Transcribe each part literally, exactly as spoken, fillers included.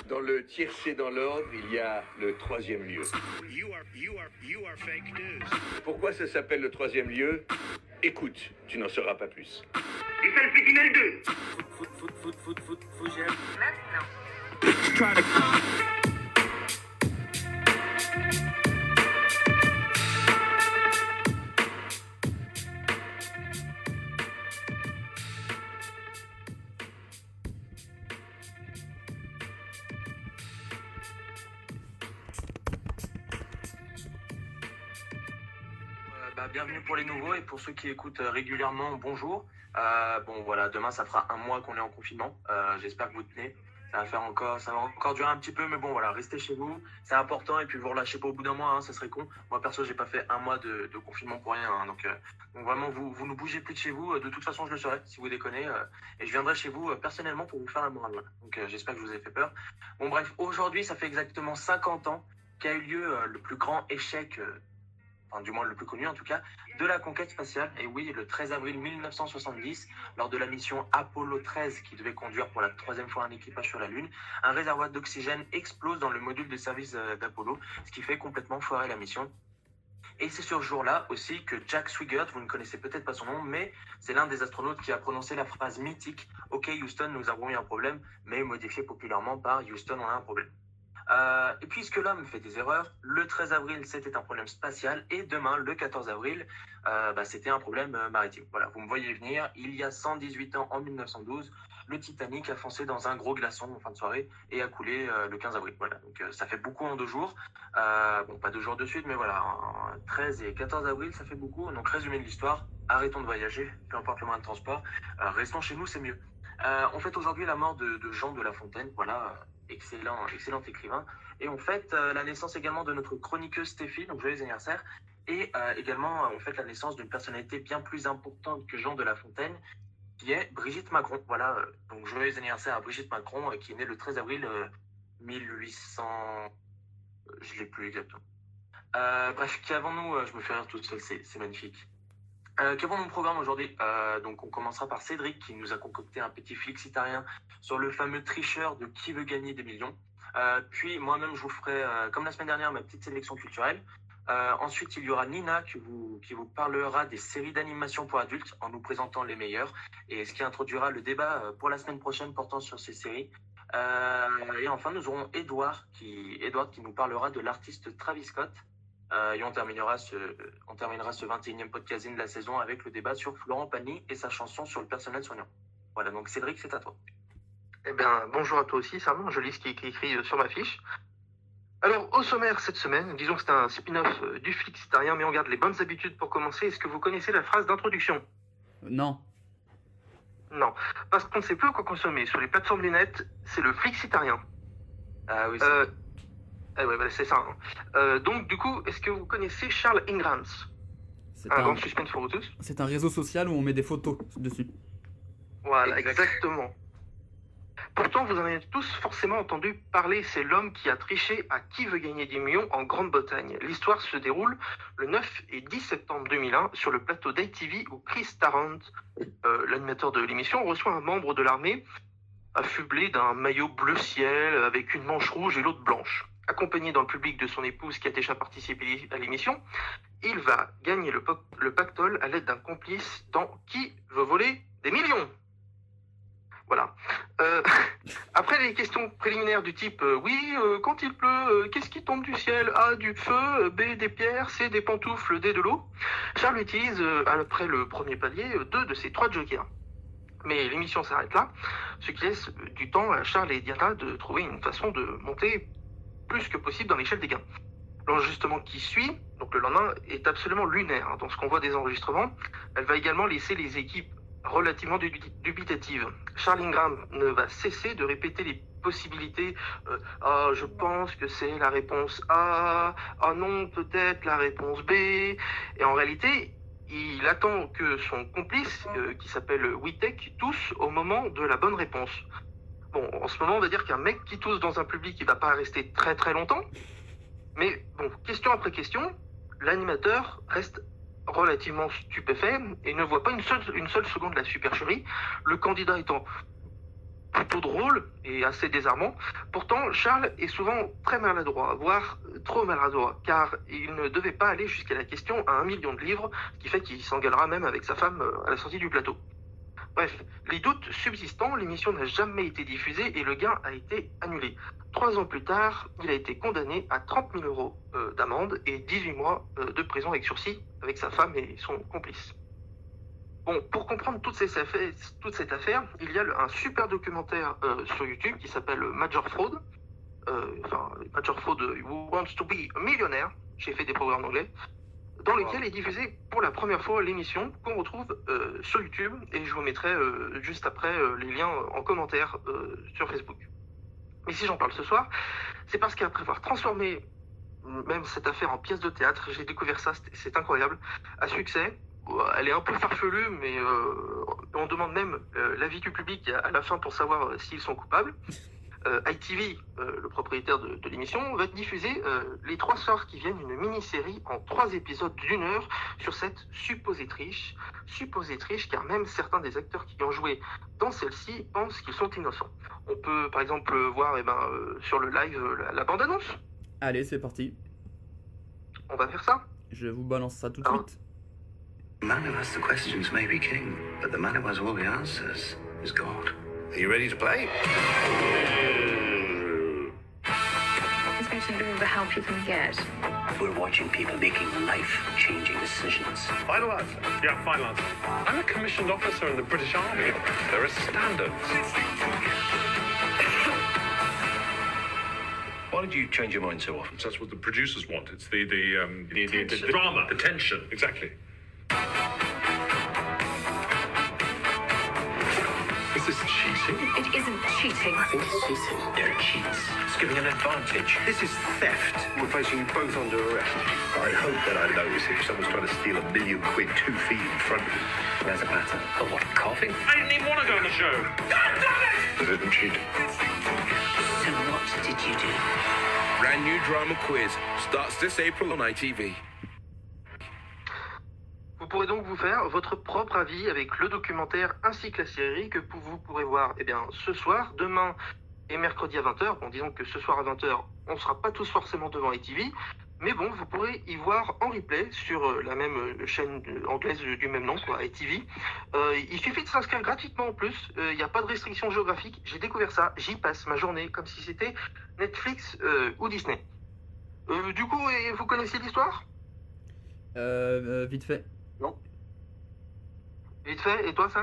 Dans le tiercé dans l'ordre, il y a le troisième lieu. You are, you are, you are fake news. Pourquoi ça s'appelle le troisième lieu? Écoute, tu n'en sauras pas plus. Et ça le fait tunnel deux. Foot, foot, foot, foot, foot, foot, j'aime. Maintenant. Bah, bienvenue pour les nouveaux et pour ceux qui écoutent euh, régulièrement, bonjour. Euh, bon voilà, demain ça fera un mois qu'on est en confinement. Euh, J'espère que vous tenez. Ça va faire encore, ça va encore durer un petit peu, mais bon voilà, restez chez vous, c'est important et puis vous relâchez pas au bout d'un mois, hein, ça serait con. Moi perso, j'ai pas fait un mois de, de confinement pour rien, hein, donc, euh, donc vraiment vous vous ne bougez plus de chez vous. De toute façon, je le saurai si vous déconnez euh, et je viendrai chez vous euh, personnellement pour vous faire la morale. Voilà. Donc euh, j'espère que je vous ai fait peur. Bon bref, aujourd'hui ça fait exactement cinquante ans qu'a eu lieu euh, le plus grand échec. Euh, Enfin, du moins le plus connu en tout cas, de la conquête spatiale. Et oui, le treize avril mille neuf cent soixante-dix, lors de la mission Apollo treize qui devait conduire pour la troisième fois un équipage sur la Lune, un réservoir d'oxygène explose dans le module de service d'Apollo, ce qui fait complètement foirer la mission. Et c'est sur ce jour-là aussi que Jack Swigert, vous ne connaissez peut-être pas son nom, mais c'est l'un des astronautes qui a prononcé la phrase mythique « Ok Houston, nous avons eu un problème », mais modifié populairement par « Houston, on a un problème ». Euh, et puisque l'homme fait des erreurs, le treize avril c'était un problème spatial et demain, le quatorze avril, euh, bah, c'était un problème euh, maritime. Voilà, vous me voyez venir, il y a cent dix-huit ans, en mille neuf cent douze, le Titanic a foncé dans un gros glaçon en fin de soirée et a coulé euh, le quinze avril. Voilà, donc euh, ça fait beaucoup en deux jours. Euh, bon, pas deux jours de suite, mais voilà, en treize et quatorze avril, ça fait beaucoup. Donc résumé de l'histoire, arrêtons de voyager, peu importe le moyen de transport, euh, restons chez nous, c'est mieux. Euh, on fête aujourd'hui la mort de, de Jean de La Fontaine, voilà, excellent, excellent écrivain. Et on fête euh, la naissance également de notre chroniqueuse Stéphie, donc joyeux anniversaire. Et euh, également, on fête la naissance d'une personnalité bien plus importante que Jean de La Fontaine, qui est Brigitte Macron. Voilà, euh, donc joyeux anniversaire à Brigitte Macron, euh, qui est née le treize avril euh, mille huit cents... Euh, je ne l'ai plus exactement. Euh, bref, qu'avons-nous euh, Je me fais rire toute seule, c'est magnifique. Euh, Qu'avons-nous au programme aujourd'hui? euh, Donc, on commencera par Cédric qui nous a concocté un petit flixitarien sur le fameux tricheur de Qui veut gagner des millions. Euh, puis, moi-même, je vous ferai, euh, comme la semaine dernière, ma petite sélection culturelle. Euh, ensuite, il y aura Nina qui vous, qui vous parlera des séries d'animation pour adultes en nous présentant les meilleures et ce qui introduira le débat euh, pour la semaine prochaine portant sur ces séries. Euh, et enfin, nous aurons Edouard qui, Edouard qui nous parlera de l'artiste Travis Scott. Euh, et on terminera, ce, on terminera ce vingt et unième podcast de la saison avec le débat sur Florent Pagny et sa chanson sur le personnel soignant. Voilà, donc Cédric, c'est à toi. Eh bien, bonjour à toi aussi, Sam. Je lis ce qui est écrit sur ma fiche. Alors, au sommaire cette semaine, disons que c'est un spin-off du Flixitarien, mais on garde les bonnes habitudes pour commencer. Est-ce que vous connaissez la phrase d'introduction? Non. Non, parce qu'on ne sait plus quoi consommer sur les plateformes lunettes, c'est le Flixitarien. Ah oui, euh, eh ouais, bah, c'est ça. Hein. Euh, donc, du coup, est-ce que vous connaissez Charles Ingrams? Un, un grand suspense pour vous tous. C'est un réseau social où on met des photos dessus. Voilà, exact. Exactement. Pourtant, vous en avez tous forcément entendu parler, c'est l'homme qui a triché à Qui veut gagner des millions en Grande-Bretagne. L'histoire se déroule le neuf et dix septembre deux mille un sur le plateau d'I T V où Chris Tarrant, euh, l'animateur de l'émission, reçoit un membre de l'armée affublé d'un maillot bleu ciel avec une manche rouge et l'autre blanche. Accompagné dans le public de son épouse qui a déjà participé à l'émission, il va gagner le, le pactole à l'aide d'un complice dans Qui veut voler des millions. Voilà. Euh, après les questions préliminaires du type euh, oui, euh, quand il pleut, euh, qu'est-ce qui tombe du ciel? A, du feu, B, des pierres, C, des pantoufles, D, de l'eau. Charles utilise, euh, après le premier palier, euh, deux de ces trois jokers. Mais l'émission s'arrête là, ce qui laisse euh, du temps à Charles et Diana de trouver une façon de monter plus que possible dans l'échelle des gains. L'enregistrement qui suit, donc le lendemain, est absolument lunaire. Hein, dans ce qu'on voit des enregistrements, elle va également laisser les équipes relativement dubitative. Charles Ingram ne va cesser de répéter les possibilités. Euh, ah, je pense que c'est la réponse A. Ah non, peut-être la réponse B. Et en réalité, il attend que son complice, euh, qui s'appelle Witek, tousse au moment de la bonne réponse. Bon, en ce moment, on va dire qu'un mec qui tousse dans un public, il va pas rester très très longtemps. Mais bon, question après question, l'animateur reste relativement stupéfait et ne voit pas une seule, une seule seconde la supercherie, le candidat étant plutôt drôle et assez désarmant. Pourtant, Charles est souvent très maladroit, voire trop maladroit, car il ne devait pas aller jusqu'à la question à un million de livres, ce qui fait qu'il s'engueulera même avec sa femme à la sortie du plateau. Bref, les doutes subsistant, l'émission n'a jamais été diffusée et le gain a été annulé. Trois ans plus tard, il a été condamné à trente mille euros euh, d'amende et dix-huit mois euh, de prison avec sursis avec sa femme et son complice. Bon, pour comprendre toutes ces affaires, toute cette affaire, il y a un super documentaire euh, sur YouTube qui s'appelle Major Fraud. Euh, enfin, Major Fraud Who Wants to Be a Millionaire. J'ai fait des programmes en anglais. Dans lequel est diffusée pour la première fois l'émission qu'on retrouve euh, sur YouTube. Et je vous mettrai euh, juste après euh, les liens en commentaire euh, sur Facebook. Mais si j'en parle ce soir, c'est parce qu'après avoir transformé même cette affaire en pièce de théâtre, j'ai découvert ça, c'est incroyable, à succès. Elle est un peu farfelue, mais euh, on demande même euh, l'avis du public à la fin pour savoir euh, s'ils sont coupables. Euh, I T V, euh, le propriétaire de, de l'émission, va diffuser euh, les trois soirs qui viennent une mini-série en trois épisodes d'une heure sur cette supposée triche. Supposée triche, car même certains des acteurs qui ont joué dans celle-ci pensent qu'ils sont innocents. On peut par exemple voir eh ben, euh, sur le live euh, la, la bande-annonce. Allez, c'est parti. On va faire ça. Je vous balance ça tout de Alors, suite. The man who asks the questions may be king, but the man who has all the answers is God. Are you ready to play? It's going to be all the help you can get. We're watching people making life-changing decisions. Final answer. Yeah, final answer. I'm a commissioned officer in the British Army. There are standards. Why did you change your mind so often? That's what the producers want. It's the the um the, the, the, Tension. the drama, the tension. Exactly. Is this cheating? It isn't cheating. I think it's cheating. They're cheats. It's giving an advantage. This is theft. We're placing you both under arrest. I hope that I notice if someone's trying to steal a million quid two feet in front of me. There's a pattern. Oh, what, coughing? I didn't even want to go on the show. God damn it! I didn't cheat. So what did you do? Brand new drama quiz starts this April on I T V. Vous pourrez donc vous faire votre propre avis avec le documentaire ainsi que la série que vous pourrez voir eh bien, ce soir, demain et mercredi à vingt heures. Bon, disons que ce soir à vingt heures, on ne sera pas tous forcément devant I T V, mais bon, vous pourrez y voir en replay sur la même chaîne anglaise du même nom, quoi, I T V. Euh, il suffit de s'inscrire gratuitement en plus, il euh, n'y a pas de restriction géographique. J'ai découvert ça, j'y passe ma journée comme si c'était Netflix euh, ou Disney. Euh, du coup, vous connaissez l'histoire ? Euh, euh, vite fait. Non. Vite fait, et toi Sam ?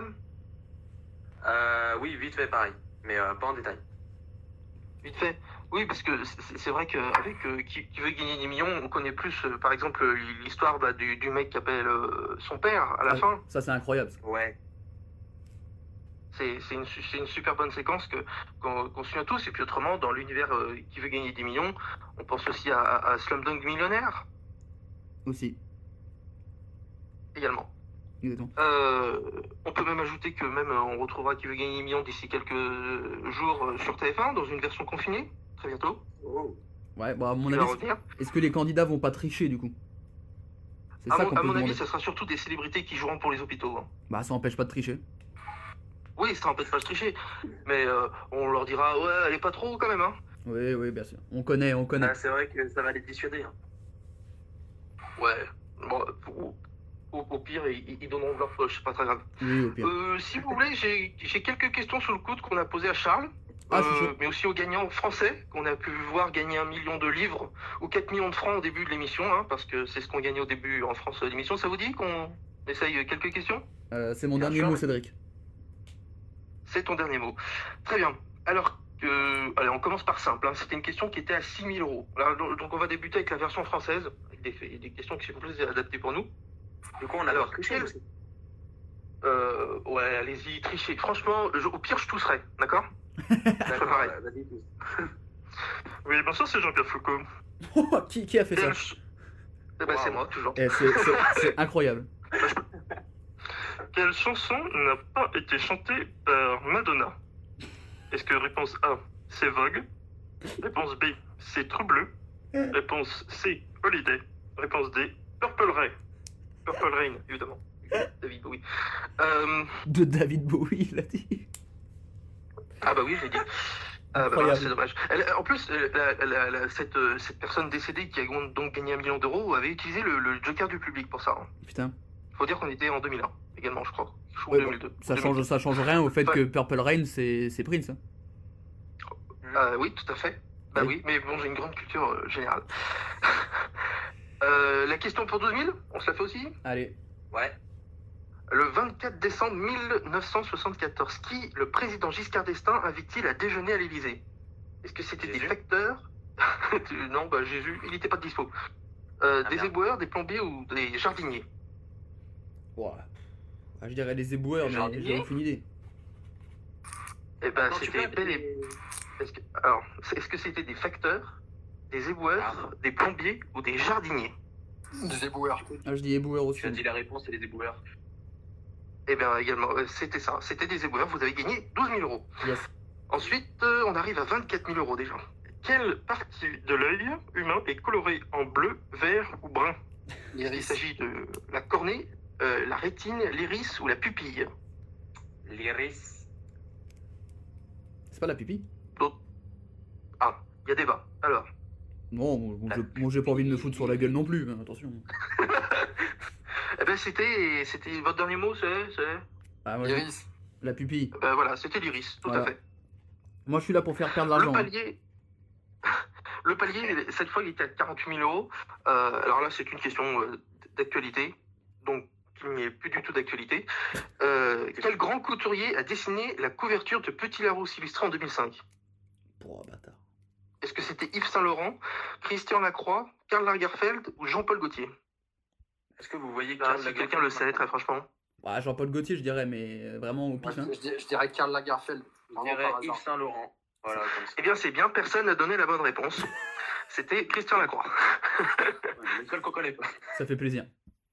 Euh, oui, vite fait, pareil. Mais euh, pas en détail. Vite fait. Oui, parce que c'est c'est vrai qu'avec euh, qui, qui veut gagner des millions, on connaît plus, euh, par exemple, l'histoire bah, du, du mec qui appelle euh, son père à la Ah, fin. Ça, c'est incroyable. Ouais. C'est c'est une, su- c'est une super bonne séquence que qu'on qu'on suit à tous. Et puis autrement, dans l'univers euh, qui veut gagner des millions, on pense aussi à, à, à Slumdog Millionnaire Aussi. également. Exactement. Euh, on peut même ajouter que même euh, on retrouvera qui veut gagner des millions d'ici quelques jours euh, sur T F un dans une version confinée, très bientôt. Ouais, bon, à mon Qui va avis, revenir. est-ce que les candidats vont pas tricher du coup? C'est À ça mon, qu'on à peut mon demander. avis, ça sera surtout des célébrités qui joueront pour les hôpitaux. hein. Bah, ça empêche pas de tricher. Oui, ça empêche pas de tricher, mais euh, on leur dira ouais, elle est pas trop quand même. Hein. Oui, oui, bien sûr. On connaît, on connaît. Ah, c'est vrai que ça va les dissuader. Hein. Ouais. Bon, au, au- au pire, ils, ils donneront de leur poche, c'est pas très grave. Oui, au pire. Euh, si vous voulez, j'ai j'ai quelques questions sous le coude qu'on a posées à Charles. Ah, euh, c'est chaud. mais aussi aux gagnants français, qu'on a pu voir gagner un million de livres ou quatre millions de francs au début de l'émission, hein, parce que c'est ce qu'on gagnait au début en France de l'émission. Ça vous dit qu'on essaye quelques questions? Euh, c'est mon Bien dernier sûr. mot, Cédric. C'est ton dernier mot. Très bien. Alors, euh, allez, on commence par simple. hein. C'était une question qui était à six mille euros. Alors, donc, donc on va débuter avec la version française, avec des, des questions qui sont plus adaptées pour nous. Du coup, on a Alors, leur triché quel- aussi. Euh, ouais, allez-y, trichez. Franchement, je- au pire, je tousserai, d'accord? D'accord, pareil. bah, vas-y, tous. Oui, bonsoir, c'est Jean-Pierre Foucault. qui, qui a fait ça? Quelle ch- Eh ben, c'est Wow. moi, toujours. Eh, c'est- c'est c'est incroyable. Quelle chanson n'a pas été chantée par Madonna? Est-ce que réponse A, c'est Vogue? Réponse B, c'est True Bleu? Réponse C, Holiday? Réponse D, Purple Rain. Purple Rain, évidemment. David Bowie. Euh, De David Bowie, il a dit. Ah bah oui, je l'ai dit. Ah, bah, Incroyable. c'est dommage. Elle- en plus, euh, la- la- la- cette, euh, cette personne décédée qui a donc gagné un million d'euros avait utilisé le, le joker du public pour ça. Hein. Putain. Faut dire qu'on était en deux mille un également, je crois. Ou Ouais, deux bon, mille deux. ça change, ça change rien au fait Ouais. que Purple Rain c'est c'est Prince. Hein. Ah oui, tout à fait. Bah Oui. oui, mais bon, j'ai une grande culture euh, générale. Euh, la question pour douze mille, on se la fait aussi. Allez. Ouais. Le vingt-quatre décembre mille neuf cent soixante-quatorze, qui le président Giscard d'Estaing invite-t-il à déjeuner à l'Élysée? Est-ce que c'était des Jésus. facteurs? Non, bah Jésus, il n'était pas dispo. Euh, Ah, des merde. éboueurs, des plombiers ou des jardiniers? Ouah. Ah, je dirais les éboueurs, mais Jardinier j'ai aucune idée. Eh ben, Non, tu c'était peux bel et... répéter. Est-ce que... Alors, c'est- est-ce que c'était des facteurs, des éboueurs, Ah. des plombiers ou des jardiniers? Des éboueurs. Ah, je dis éboueurs aussi. Tu as dit la réponse, c'est les éboueurs. Eh bien, également, euh, c'était ça. C'était des éboueurs. Vous avez gagné douze mille euros. Yes. Ensuite, euh, on arrive à vingt-quatre mille euros déjà. Quelle partie de l'œil humain est colorée en bleu, vert ou brun? Il s'agit de la cornée, euh, la rétine, l'iris ou la pupille. L'iris. C'est pas la pupille? D'autres- Ah, il y a débat. Alors, Non, moi, je- moi, j'ai pas envie de me foutre sur la gueule non plus, hein, attention. eh ben c'était, c'était votre dernier mot, c'est, c'est. Ah, moi, je- Iris. la pupille. Ben voilà, c'était l'iris, tout Voilà. à fait. Moi, je suis là pour faire perdre Le l'argent. hein. palier, le palier, cette fois, il était à quarante-huit mille euros. Euh, alors là, c'est une question euh, d'actualité, donc il n'y est plus du tout d'actualité. Euh, quel grand couturier a dessiné la couverture de Petit Larousse illustré en deux mille cinq? Oh, bâtard. Est-ce que c'était Yves Saint-Laurent, Christian Lacroix, Karl Lagerfeld ou Jean-Paul Gaultier? Est-ce que vous voyez Ah, Karl si Lagerfeld quelqu'un le sait, très franchement. Ah, Jean-Paul Gaultier, je dirais, mais euh, vraiment au Moi, pif. Hein. je, je dis- je dirais Karl Lagerfeld. Je Vraiment dirais par Yves hasard. Saint-Laurent. Voilà, comme ça. Eh bien, c'est bien, personne n'a donné la bonne réponse. C'était Christian Lacroix. Le seul qu'on connaît pas. Ça fait plaisir.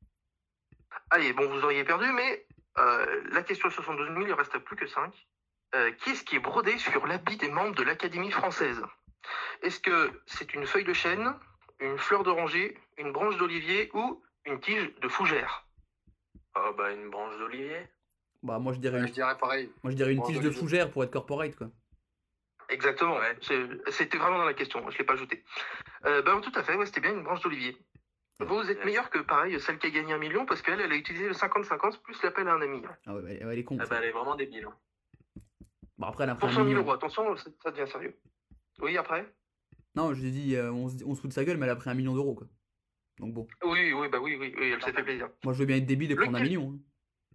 Allez, bon, vous auriez perdu, mais euh, la question soixante-douze mille, il ne reste plus que cinq. Euh, Qu'est-ce qui est brodé sur l'habit des membres de l'Académie française? Est-ce que c'est une feuille de chêne, une fleur d'oranger, une branche d'olivier ou une tige de fougère? Oh, bah, une branche d'olivier. Bah, moi, je dirais Ouais, une, je dirais pareil. moi, je dirais une Branche tige de d'olivier. fougère pour être corporate, quoi. Exactement, Ouais. c'est- c'était vraiment dans la question, je ne l'ai pas ajouté. Euh, ben, tout à fait, ouais, c'était bien une branche d'olivier. Vous êtes Yes. meilleur que, pareil, celle qui a gagné un million, parce qu'elle, elle a utilisé le cinquante cinquante plus l'appel à un ami. Ah ouais, bah, elle, elle est con. Ah, ça. bah, elle est vraiment débile. hein. Bah, après, elle a pris Pour un cent mille million. euros, attention, ça ça devient sérieux. Oui, après? Non, je dis, euh, on, se, on se fout de sa gueule, mais elle a pris un million d'euros, quoi. Donc bon. Oui, oui, bah oui, oui, oui, elle s'est fait plaisir. Moi, je veux bien être débile et prendre un Lequel- million. hein.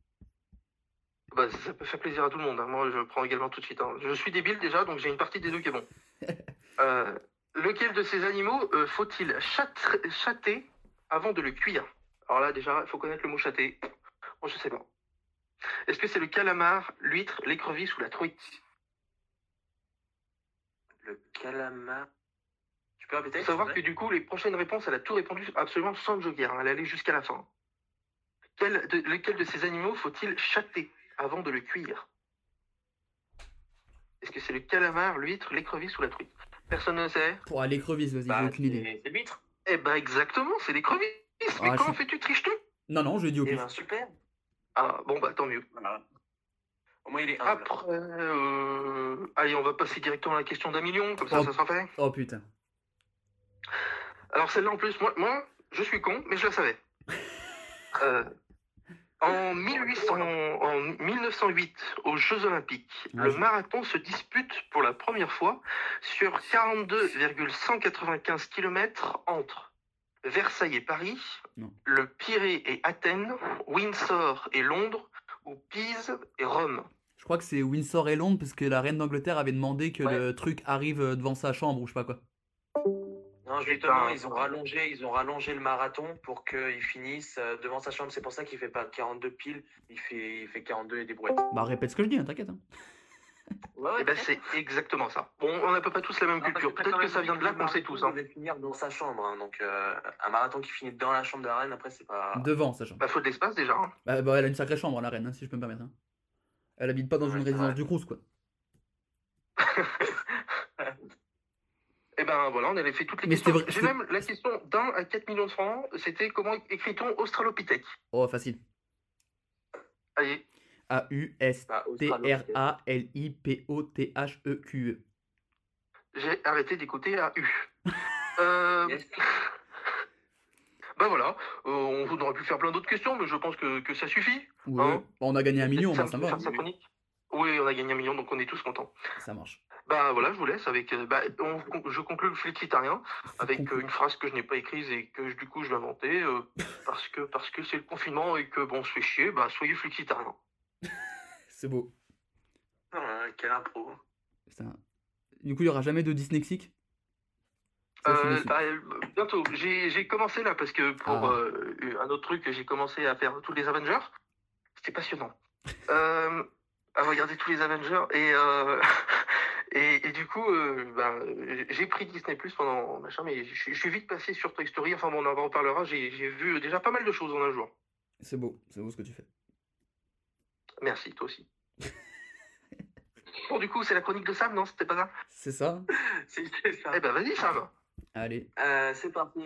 Bah, ça peut faire plaisir à tout le monde. hein. Moi, je prends également tout de suite. hein. Je suis débile déjà, donc j'ai une partie des deux qui est bon. Euh, lequel de ces animaux euh, faut-il châtre- châter avant de le cuire? Alors là, déjà, il faut connaître le mot châter. Moi, je sais pas. Est-ce que c'est le calamar, l'huître, l'écrevisse ou la truite? Le calamar. Tu peux répéter Il faut savoir s'il que te plaît du coup, les prochaines réponses, elle a tout répondu absolument sans joker. hein. Elle allait jusqu'à la fin. Quel de, lequel de ces animaux faut-il châter avant de le cuire? Est-ce que c'est le calamar, l'huître, l'écrevisse ou la truite? Personne ne sait. Pour aller l'écrevisse, vas-y, Bah, j'ai aucune idée. c'est c'est l'huître. Eh ben exactement, c'est l'écrevisse. Mais Ah, comment je- fais-tu, triches-tu? Non, non, je dis au Eh pif. ben, super. Ah bon bah tant mieux. Voilà. Au moins, il est humble. Après, euh... allez, on va passer directement à la question d'un million, comme ça, Oh. ça sera fait. Oh putain. Alors celle-là en plus, moi, moi, je suis con, mais je la savais. Euh, en, mille huit cents en mille neuf cent huit, aux Jeux Olympiques, Ah, le je- marathon se dispute pour la première fois sur quarante-deux virgule cent quatre-vingt-quinze kilomètres entre Versailles et Paris, Non. le Pirée et Athènes, Windsor et Londres, ou Pise et Rome. Je crois que c'est Windsor et Londres, parce que la reine d'Angleterre avait demandé que Ouais. le truc arrive euh, devant sa chambre, ou je sais pas quoi. Non, Putain. justement, ils ont rallongé, ils ont rallongé le marathon pour qu'il finisse euh, devant sa chambre. C'est pour ça qu'il fait pas quarante-deux piles, il fait, il fait quarante-deux et des brouettes. Bah, répète ce que je dis, hein, t'inquiète. Hein. Ouais, Eh ben c'est exactement ça. Bon, on n'a à peu près tous la même culture. Peut-être que ça vient de là qu'on sait tous. Hein. Il devait finir dans sa chambre, hein, donc euh, un marathon qui finit dans la chambre de la reine, après c'est pas. Devant sa chambre. Bah faut de l'espace déjà. Hein. Bah, bah, elle a une sacrée chambre, la reine, hein, si je peux me permettre. hein. Elle habite pas dans Ouais, une c'est résidence vrai. du Crous, quoi. Eh ben voilà, on avait fait toutes les Mais questions. c'était vrai- J'ai c'était- même la question d'un à quatre millions de francs. C'était comment écrit-on Australopithèque? Oh, facile. Allez. A U S Bah, T R australopithèque. A L I P O T H E Q E. J'ai arrêté d'écouter A U. euh... Yes. Bah voilà, euh, on aurait pu faire plein d'autres questions, mais je pense que, que ça suffit. Ouais, Hein bah, on a gagné un million, moi, Sam ça peut me va. faire sa chronique. Oui, on a gagné un million, donc on est tous contents. Ça marche. Bah voilà, je vous laisse avec. euh, bah, on- je conclue le flixitarien avec euh, Conclu- une phrase que je n'ai pas écrite et que je- du coup je vais inventer euh, parce que parce que c'est le confinement et que bon, on se fait chier. Bah soyez flixitarien. C'est beau. Ah, quelle impro. Putain. Du coup, il y aura jamais de dyslexique. Ça, je suis Euh, déçu. bah, euh, bientôt. J'ai j'ai commencé là parce que pour Ah. euh, un autre truc, j'ai commencé à faire tous les Avengers. C'était passionnant. Euh, à regarder tous les Avengers et euh, et, et du coup, euh, bah, j'ai pris Disney Plus pendant machin, mais je je suis vite passé sur Toy Story. Enfin bon, on en reparlera. J'ai j'ai vu déjà pas mal de choses en un jour. C'est beau, c'est beau ce que tu fais. Merci, toi aussi. Bon, du coup, c'est la chronique de Sam, non? C'était pas ça? C'est ça? C'est c'est ça. Eh ben, vas-y, Sam. Allez. Euh, c'est parti.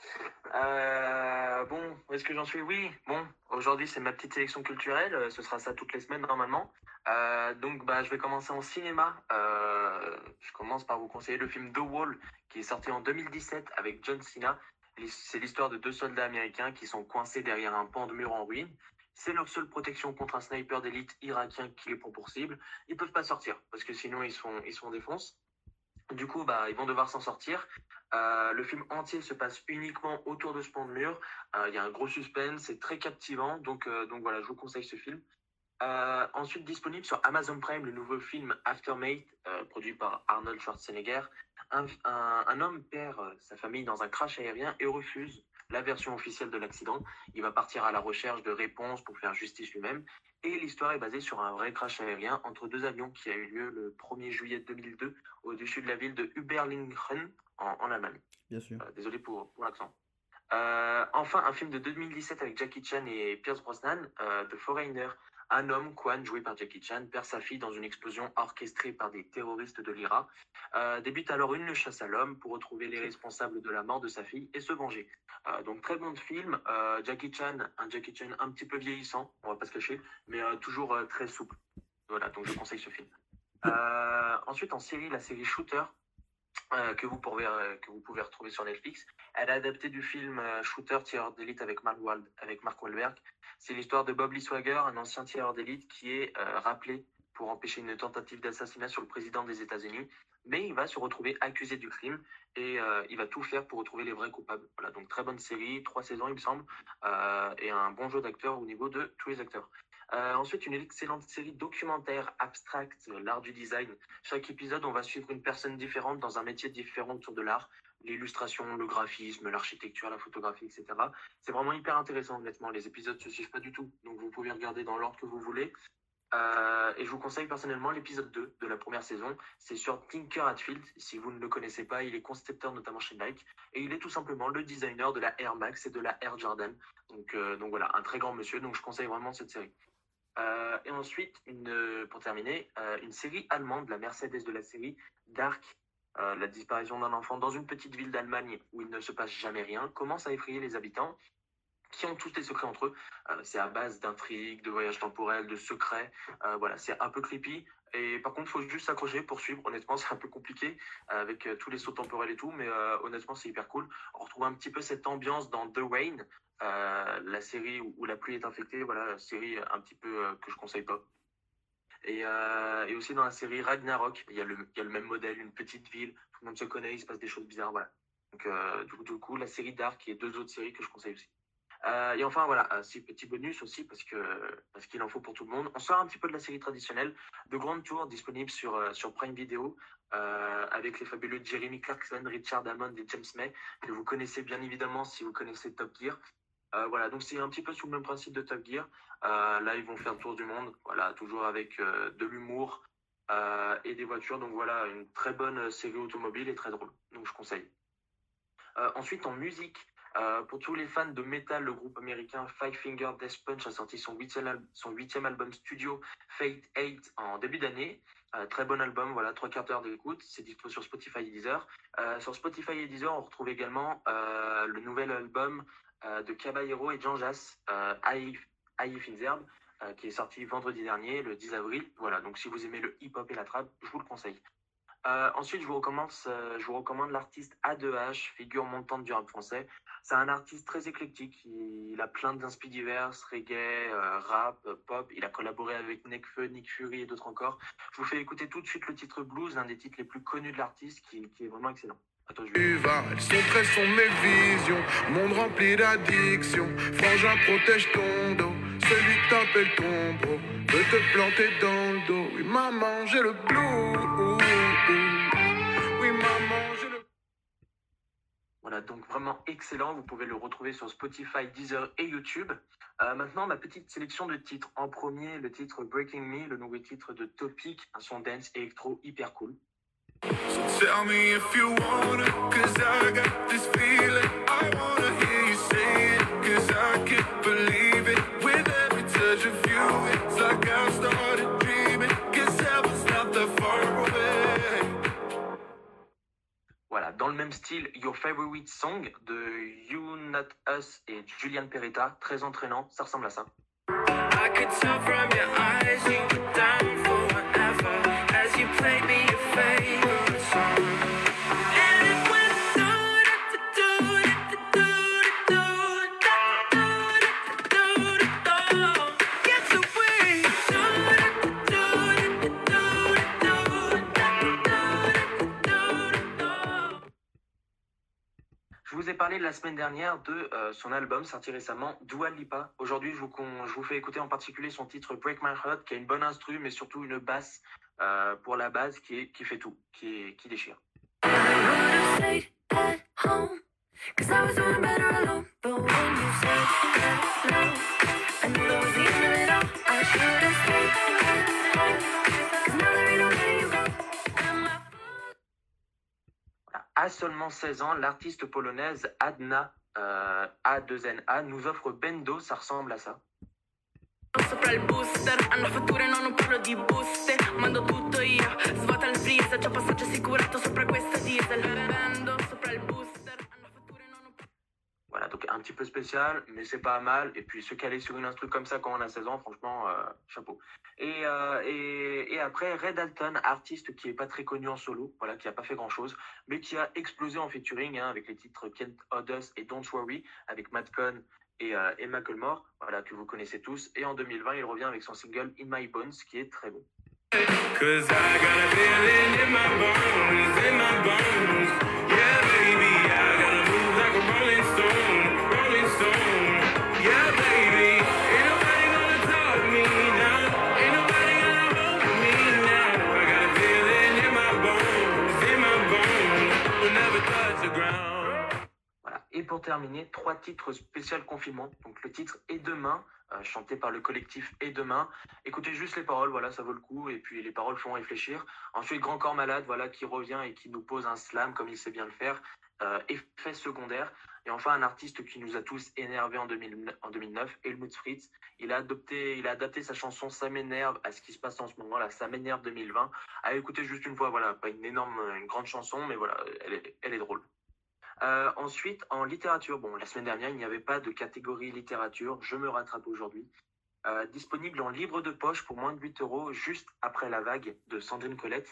Euh, bon, où est-ce que j'en suis? Oui, bon, aujourd'hui c'est ma petite sélection culturelle, euh, ce sera ça toutes les semaines normalement. Euh, donc bah, je vais commencer en cinéma. Euh, je commence par vous conseiller le film The Wall qui est sorti en deux mille dix-sept avec John Cena. L'his- C'est l'histoire de deux soldats américains qui sont coincés derrière un pan de mur en ruine. C'est leur seule protection contre un sniper d'élite irakien qui les prend pour cible. Ils peuvent pas sortir parce que sinon ils sont ils sont défonce. Du coup, bah, ils vont devoir s'en sortir. Euh, le film entier se passe uniquement autour de ce pan de mur. Euh, Il y a un gros suspense, c'est très captivant. Donc, euh, donc voilà, je vous conseille ce film. Euh, ensuite, disponible sur Amazon Prime, le nouveau film Aftermath, euh, produit par Arnold Schwarzenegger. Un, un, un homme perd euh, sa famille dans un crash aérien et refuse la version officielle de l'accident. Il va partir à la recherche de réponses pour faire justice lui-même. Et l'histoire est basée sur un vrai crash aérien entre deux avions qui a eu lieu le premier juillet deux mille deux au-dessus de la ville de Überlingen en, en Allemagne. Bien sûr. Euh, désolé pour, pour l'accent. Euh, enfin, un film de deux mille dix-sept avec Jackie Chan et Pierce Brosnan, euh, The Foreigner. Un homme, Kwan, joué par Jackie Chan, perd sa fille dans une explosion orchestrée par des terroristes de l'I R A. Euh, débute alors une chasse à l'homme pour retrouver les responsables de la mort de sa fille et se venger. Euh, donc très bon film. Euh, Jackie Chan, un Jackie Chan un petit peu vieillissant, on va pas se cacher, mais euh, toujours euh, très souple. Voilà, donc je conseille ce film. Euh, ensuite, en série, la série Shooter, euh, que, vous pouvez, euh, que vous pouvez retrouver sur Netflix. Elle est adaptée du film euh, Shooter, tireur d'élite avec Mark, Wald, avec Mark Wahlberg. C'est l'histoire de Bob Lee Swagger, un ancien tireur d'élite qui est euh, rappelé pour empêcher une tentative d'assassinat sur le président des États-Unis. Mais il va se retrouver accusé du crime et euh, il va tout faire pour retrouver les vrais coupables. Voilà, donc très bonne série, trois saisons il me semble, euh, et un bon jeu d'acteurs au niveau de tous les acteurs. Euh, ensuite, une excellente série documentaire abstract, l'art du design. Chaque épisode, on va suivre une personne différente dans un métier différent autour de l'art. L'illustration, le graphisme, l'architecture, la photographie, et cetera. C'est vraiment hyper intéressant, honnêtement. Les épisodes ne se suivent pas du tout. Donc, vous pouvez regarder dans l'ordre que vous voulez. Euh, et je vous conseille personnellement l'épisode deux de la première saison. C'est sur Tinker Hatfield. Si vous ne le connaissez pas, il est concepteur notamment chez Nike. Et il est tout simplement le designer de la Air Max et de la Air Jordan. Donc, euh, donc voilà, un très grand monsieur. Donc, je conseille vraiment cette série. Euh, et ensuite, une, pour terminer, euh, une série allemande, la Mercedes de la série, Dark, euh, la disparition d'un enfant dans une petite ville d'Allemagne où il ne se passe jamais rien, commence à effrayer les habitants qui ont tous des secrets entre eux. Euh, c'est à base d'intrigues, de voyages temporels, de secrets. Euh, voilà, c'est un peu creepy. Et par contre, il faut juste s'accrocher pour suivre. Honnêtement, c'est un peu compliqué euh, avec euh, tous les sauts temporels et tout, mais euh, honnêtement, c'est hyper cool. On retrouve un petit peu cette ambiance dans The Rain, euh, la série où, où la pluie est infectée. Voilà, série un petit peu euh, que je conseille pas. Et, euh, et aussi dans la série Ragnarok, il y, a le, il y a le même modèle, une petite ville, tout le monde se connaît, il se passe des choses bizarres. Voilà. Donc, euh, du, coup, du coup, la série Dark et deux autres séries que je conseille aussi. Euh, et enfin, voilà, un si petit bonus aussi, parce que parce qu'il en faut pour tout le monde. On sort un petit peu de la série traditionnelle. The Grand Tour, disponible sur, euh, sur Prime Video, euh, avec les fabuleux Jeremy Clarkson, Richard Hammond et James May, que vous connaissez bien évidemment si vous connaissez Top Gear. Euh, voilà, donc c'est un petit peu sous le même principe de Top Gear. Euh, là, ils vont faire le tour du monde, voilà, toujours avec euh, de l'humour euh, et des voitures. Donc voilà, une très bonne série automobile et très drôle. Donc je conseille. Euh, ensuite, en musique, Euh, pour tous les fans de metal, le groupe américain Five Finger Death Punch a sorti son huitième, al- son huitième album studio Fate eight en début d'année. Euh, très bon album, voilà, trois quarts d'heure d'écoute. C'est dispo sur Spotify et Deezer. Euh, sur Spotify et Deezer, on retrouve également euh, le nouvel album euh, de Caballero et Jean Jass, euh, Aïe Finzerbe. euh, qui est sorti vendredi dernier, le dix avril. Voilà, donc si vous aimez le hip-hop et la trap, je vous le conseille. Euh, ensuite, je vous recommande, euh, je vous recommande l'artiste A deux H, figure montante du rap français. C'est un artiste très éclectique. Il, il a plein d'inspi divers, reggae, euh, rap, pop. Il a collaboré avec Nekfeu, Nick Fury et d'autres encore. Je vous fais écouter tout de suite le titre Blues, l'un des titres les plus connus de l'artiste, qui, qui est vraiment excellent. Attends, je vais... Tu vas, son trait sont mes visions, monde rempli d'addiction. Frangin protège ton dos, celui qui t'appelle ton bro peut te planter dans le dos. Oui, maman, j'ai le blue. Oui, maman, j'ai le... Voilà, donc vraiment excellent. Vous pouvez le retrouver sur Spotify, Deezer et YouTube. Euh, maintenant, ma petite sélection de titres. En premier, le titre Breaking Me, le nouveau titre de Topic, un son dance électro hyper cool. So tell me if you wanna, cause I got this feeling. I wanna hear you say it, cause I can't believe it. With every touch of you, it's like I started dreaming. Cause heaven's not that far away. Voilà, dans le même style, Your Favorite Song de You Not Us et Julian Peretta, très entraînant, ça ressemble à ça. I could tell from your eyes you were down for whatever as you played me your favorite song. And it went get away. Je vous ai parlé la semaine dernière de euh, son album sorti récemment, Dua Lipa. Aujourd'hui, je vous, con- je vous fais écouter en particulier son titre Break My Heart, qui a une bonne instru, mais surtout une basse euh, pour la base qui, est, qui fait tout, qui, est, qui déchire. À seulement seize ans, l'artiste polonaise Adna, euh, A deux N A, nous offre Bendo, ça ressemble à ça. Sopra il booster, hanno fatture no non parlo di buste, mando tutto io, svuota il freezer, c'ho passaggio assicurato sopra questa diesel, bendo sopra il booster, hanno fatture no non parlo. Voilà, donc un petit peu spécial, mais c'est pas mal. Et puis se caler sur une instru comme ça quand on a seize ans, franchement, euh, chapeau. Et, euh, et, et après, Red Alton, artiste qui est pas très connu en solo, voilà, qui a pas fait grand chose, mais qui a explosé en featuring hein, avec les titres Can't Hold Us et Don't Worry, avec Matt Cohn et euh, Emma Colmore, voilà, que vous connaissez tous. Et en deux mille vingt, il revient avec son single In My Bones, qui est très bon. Cause I got a feeling in my bones, in my bones. Yeah, baby, I gotta move like a rolling stone, rolling stone. Yeah, baby, ain't nobody gonna talk me now. Ain't nobody gonna hold me now. I got a feeling in my bones, in my bones. We'll never touch the ground. Voilà. Et pour terminer, trois titres spécial confinement. Donc le titre Et demain, euh, chanté par le collectif Et demain. Écoutez juste les paroles, voilà, ça vaut le coup. Et puis les paroles font réfléchir. Ensuite, Grand Corps Malade, voilà, qui revient et qui nous pose un slam comme il sait bien le faire. Euh, effet secondaire. Et enfin, un artiste qui nous a tous énervés en, deux mille, en deux mille neuf, Helmut Fritz. Il a, adopté, il a adapté sa chanson Ça m'énerve à ce qui se passe en ce moment, là, Ça m'énerve deux mille vingt. À écouter juste une fois, voilà, pas une énorme, une grande chanson, mais voilà, elle est, elle est drôle. Euh, ensuite, en littérature, bon, la semaine dernière, il n'y avait pas de catégorie littérature, je me rattrape aujourd'hui. Euh, disponible en libre de poche pour moins de huit euros, juste après la vague de Sandrine Colette.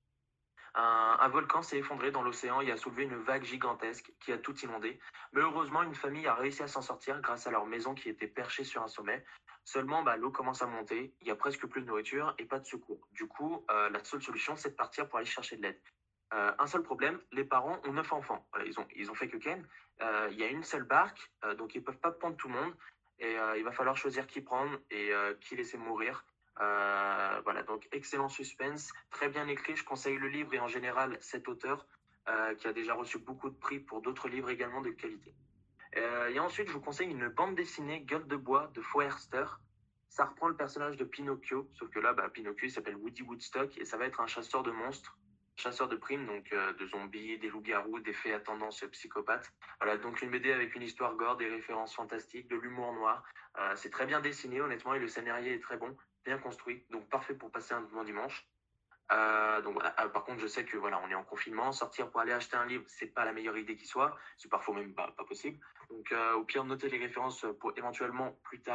Un, un volcan s'est effondré dans l'océan et a soulevé une vague gigantesque qui a tout inondé. Mais heureusement, une famille a réussi à s'en sortir grâce à leur maison qui était perchée sur un sommet. Seulement, bah, l'eau commence à monter, il y a presque plus de nourriture et pas de secours. Du coup, euh, la seule solution, c'est de partir pour aller chercher de l'aide. Euh, un seul problème, les parents ont neuf enfants. Voilà, ils ont, ils ont fait que Ken. Euh, il y a une seule barque, euh, donc ils peuvent pas prendre tout le monde. Et euh, il va falloir choisir qui prendre et euh, qui laisser mourir. Euh, voilà, donc excellent suspense, très bien écrit. Je conseille le livre et en général cet auteur euh, qui a déjà reçu beaucoup de prix pour d'autres livres également de qualité. Euh, et ensuite, je vous conseille une bande dessinée Gueule de bois de Foerster. Ça reprend le personnage de Pinocchio, sauf que là, bah, Pinocchio il s'appelle Woody Woodstock et ça va être un chasseur de monstres. Chasseur de primes, donc euh, de zombies, des loups-garous, des fées à tendance psychopathe. Voilà, donc une B D avec une histoire gore, des références fantastiques, de l'humour noir. Euh, c'est très bien dessiné, honnêtement, et le scénario est très bon, bien construit, donc parfait pour passer un bon dimanche. Euh, donc voilà. Euh, par contre, je sais que voilà, on est en confinement, sortir pour aller acheter un livre, c'est pas la meilleure idée qui soit, c'est parfois même pas, pas possible. Donc euh, au pire, notez les références pour éventuellement plus tard.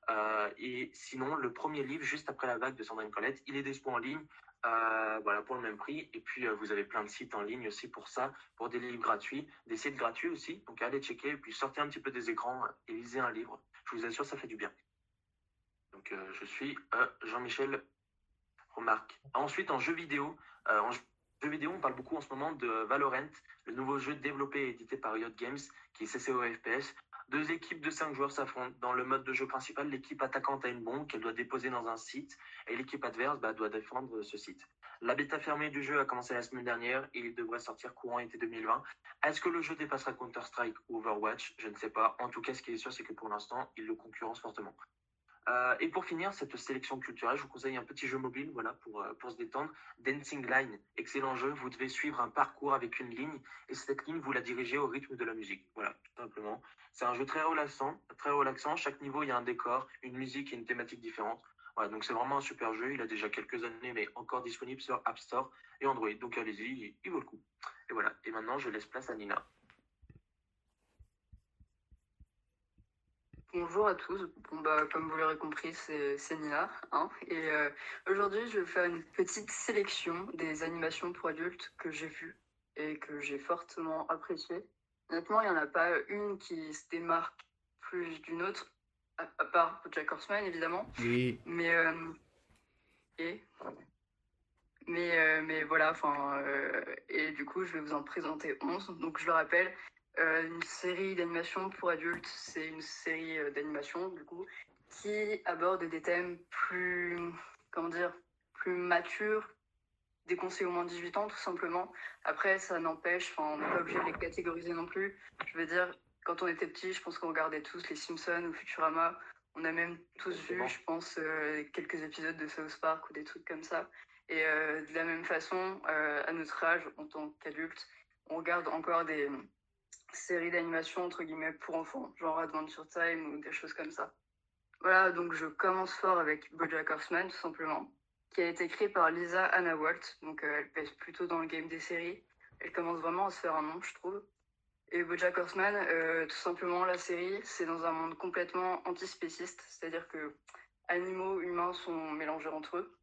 Euh, et sinon, le premier livre, juste après la vague de Sandrine Colette, il est dispo en ligne, euh, voilà, pour le même prix. Et puis, euh, vous avez plein de sites en ligne aussi pour ça, pour des livres gratuits, des sites gratuits aussi. Donc, allez checker, et puis sortez un petit peu des écrans et lisez un livre. Je vous assure, ça fait du bien. Donc, euh, je suis euh, Jean-Michel Remarque. Ensuite, en jeu vidéo, euh, en jeu vidéo, on parle beaucoup en ce moment de Valorant, le nouveau jeu développé et édité par Riot Games, qui est C C O F P S. Deux équipes de cinq joueurs s'affrontent. Dans le mode de jeu principal, l'équipe attaquante a une bombe qu'elle doit déposer dans un site et l'équipe adverse bah, doit défendre ce site. La bêta fermée du jeu a commencé la semaine dernière et il devrait sortir courant été deux mille vingt. Est-ce que le jeu dépassera Counter-Strike ou Overwatch? Je ne sais pas. En tout cas, ce qui est sûr, c'est que pour l'instant, il le concurrence fortement. Euh, et pour finir cette sélection culturelle, je vous conseille un petit jeu mobile, voilà, pour, euh, pour se détendre. Dancing Line, excellent jeu. Vous devez suivre un parcours avec une ligne et cette ligne, vous la dirigez au rythme de la musique. Voilà, tout simplement. C'est un jeu très relaxant, très relaxant. Chaque niveau, il y a un décor, une musique et une thématique différente. Voilà, donc c'est vraiment un super jeu. Il a déjà quelques années, mais encore disponible sur App Store et Android. Donc allez-y, il, il vaut le coup. Et voilà. Et maintenant, je laisse place à Nina. Bonjour à tous, bon bah comme vous l'aurez compris c'est Nina, hein, et euh, aujourd'hui je vais faire une petite sélection des animations pour adultes que j'ai vues et que j'ai fortement appréciées. Honnêtement il n'y en a pas une qui se démarque plus d'une autre, à, à part BoJack Horseman évidemment, Oui. mais euh, et mais, euh, mais voilà, enfin euh, et du coup je vais vous en présenter onze, donc je le rappelle. Euh, une série d'animation pour adultes, c'est une série euh, d'animation du coup qui aborde des thèmes plus, comment dire, plus matures, déconseillés au moins dix-huit ans tout simplement. Après ça n'empêche, enfin on n'est pas obligé de les catégoriser non plus. Je veux dire, quand on était petit, je pense qu'on regardait tous les Simpsons ou Futurama. On a même tous vu, je pense, euh, quelques épisodes de South Park ou des trucs comme ça. Et euh, de la même façon, euh, à notre âge, en tant qu'adulte, on regarde encore des séries d'animation entre guillemets pour enfants, genre Adventure Time ou des choses comme ça. Voilà, donc je commence fort avec BoJack Horseman tout simplement, qui a été créé par Lisa Anna Walt, donc euh, elle pèse plutôt dans le game des séries. Elle commence vraiment à se faire un nom, je trouve. Et BoJack Horseman, euh, tout simplement la série, c'est dans un monde complètement antispéciste, c'est-à-dire que animaux, humains sont mélangés entre eux.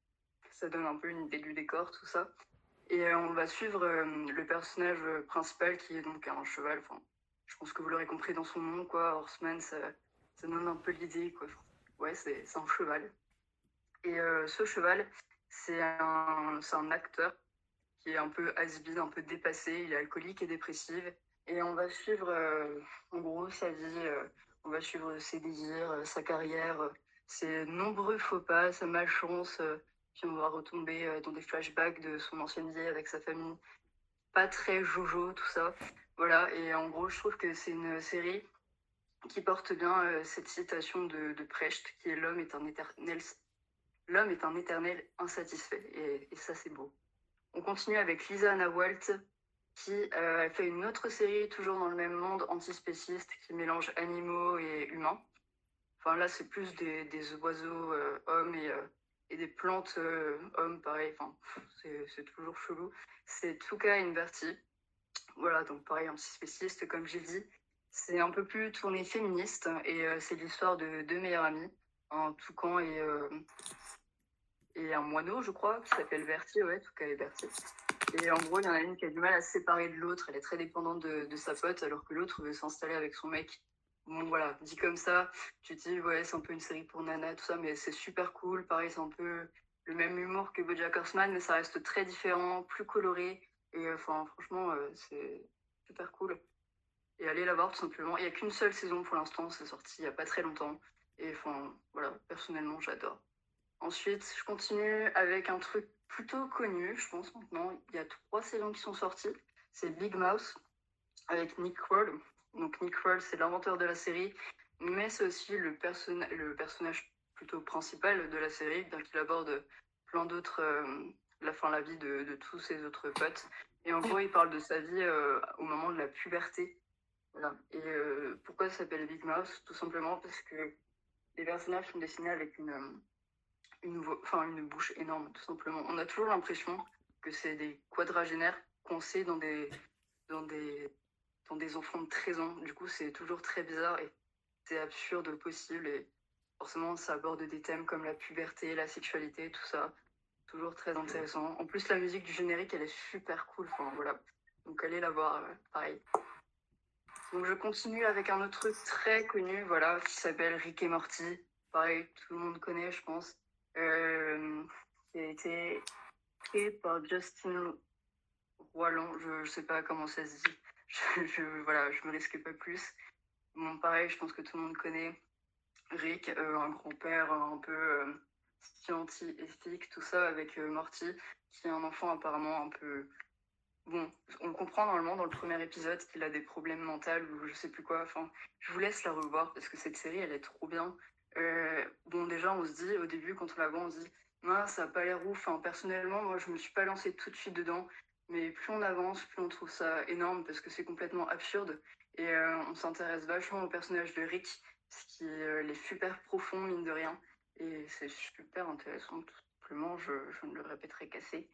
Ça donne un peu une idée du décor, tout ça. Et euh, on va suivre euh, le personnage principal qui est donc un cheval. Enfin, je pense que vous l'aurez compris dans son nom, quoi. Horseman, ça, ça donne un peu l'idée, quoi. Ouais, c'est un cheval. Et euh, ce cheval, c'est un, un acteur qui est un peu has-been, un peu dépassé. Il est alcoolique et dépressif. Et on va suivre, euh, en gros, sa vie. Euh, on va suivre ses désirs, euh, sa carrière, euh, ses nombreux faux pas, sa malchance. Euh, Puis on va retomber dans des flashbacks de son ancienne vie avec sa famille. Pas très jojo, tout ça. Voilà, et en gros, je trouve que c'est une série qui porte bien euh, cette citation de, de Precht, qui est l'homme est un éternel, l'homme est un éternel insatisfait. Et, et ça, c'est beau. On continue avec Lisa Anna Walt, qui euh, fait une autre série, toujours dans le même monde antispéciste, qui mélange animaux et humains. Enfin, là, c'est plus des, des oiseaux euh, hommes et... Euh, et des plantes euh, hommes, pareil, enfin, c'est toujours chelou. C'est Touka Inverti. Voilà, donc pareil, antispéciste, comme j'ai dit. C'est un peu plus tourné féministe, et euh, c'est l'histoire de deux meilleurs amis, un toucan et, euh, et un moineau, je crois, qui s'appelle Verti, ouais, Touka et Verti. Et en gros, il y en a une qui a du mal à se séparer de l'autre, elle est très dépendante de, de sa pote, alors que l'autre veut s'installer avec son mec. Bon voilà, dit comme ça, tu te dis ouais c'est un peu une série pour nana, tout ça, mais c'est super cool. Pareil, c'est un peu le même humour que BoJack Horseman, mais ça reste très différent, plus coloré. Et enfin franchement, euh, c'est super cool. Et allez la voir tout simplement. Il n'y a qu'une seule saison pour l'instant, c'est sorti il n'y a pas très longtemps. Et enfin voilà, personnellement j'adore. Ensuite, je continue avec un truc plutôt connu, je pense maintenant. Il y a trois saisons qui sont sorties. C'est Big Mouth avec Nick Kroll. Donc Nick Kroll, c'est l'inventeur de la série, mais c'est aussi le, perso le personnage plutôt principal de la série, bien qu'il aborde plein d'autres, euh, la fin, la vie de, de tous ses autres potes. Et en gros, il parle de sa vie euh, au moment de la puberté. Voilà. Et euh, pourquoi ça s'appelle Big Mouth? Tout simplement parce que les personnages sont dessinés avec une, une, enfin, une bouche énorme, tout simplement. On a toujours l'impression que c'est des quadragénaires coincés dans des... Dans des dans des enfants de treize ans, du coup c'est toujours très bizarre et c'est absurde au possible et forcément, ça aborde des thèmes comme la puberté, la sexualité, tout ça. Toujours très intéressant. En plus, la musique du générique, elle est super cool. Enfin, voilà. Donc, allez la voir, euh, pareil. Donc, je continue avec un autre truc très connu, voilà, qui s'appelle Rick et Morty. Pareil, tout le monde connaît, je pense. Euh, qui a été créé par Justin Roiland. Je, je sais pas comment ça se dit. Je, je, voilà, je me risque pas plus. Bon, pareil, je pense que tout le monde connaît Rick, euh, un grand-père un peu euh, scientifique, tout ça, avec euh, Morty, qui est un enfant apparemment un peu... Bon, on comprend normalement dans le premier épisode qu'il a des problèmes mentaux ou je sais plus quoi. Enfin, je vous laisse la revoir parce que cette série, elle est trop bien. Euh, bon, déjà, on se dit, au début, quand on la voit, on se dit, mince, ça a pas l'air ouf. Enfin, personnellement, moi, je me suis pas lancée tout de suite dedans. Mais plus on avance, plus on trouve ça énorme parce que c'est complètement absurde. Et euh, on s'intéresse vachement au personnage de Rick, ce qui euh, est super profond, mine de rien. Et c'est super intéressant, tout simplement. Je, je ne le répéterai qu'assez.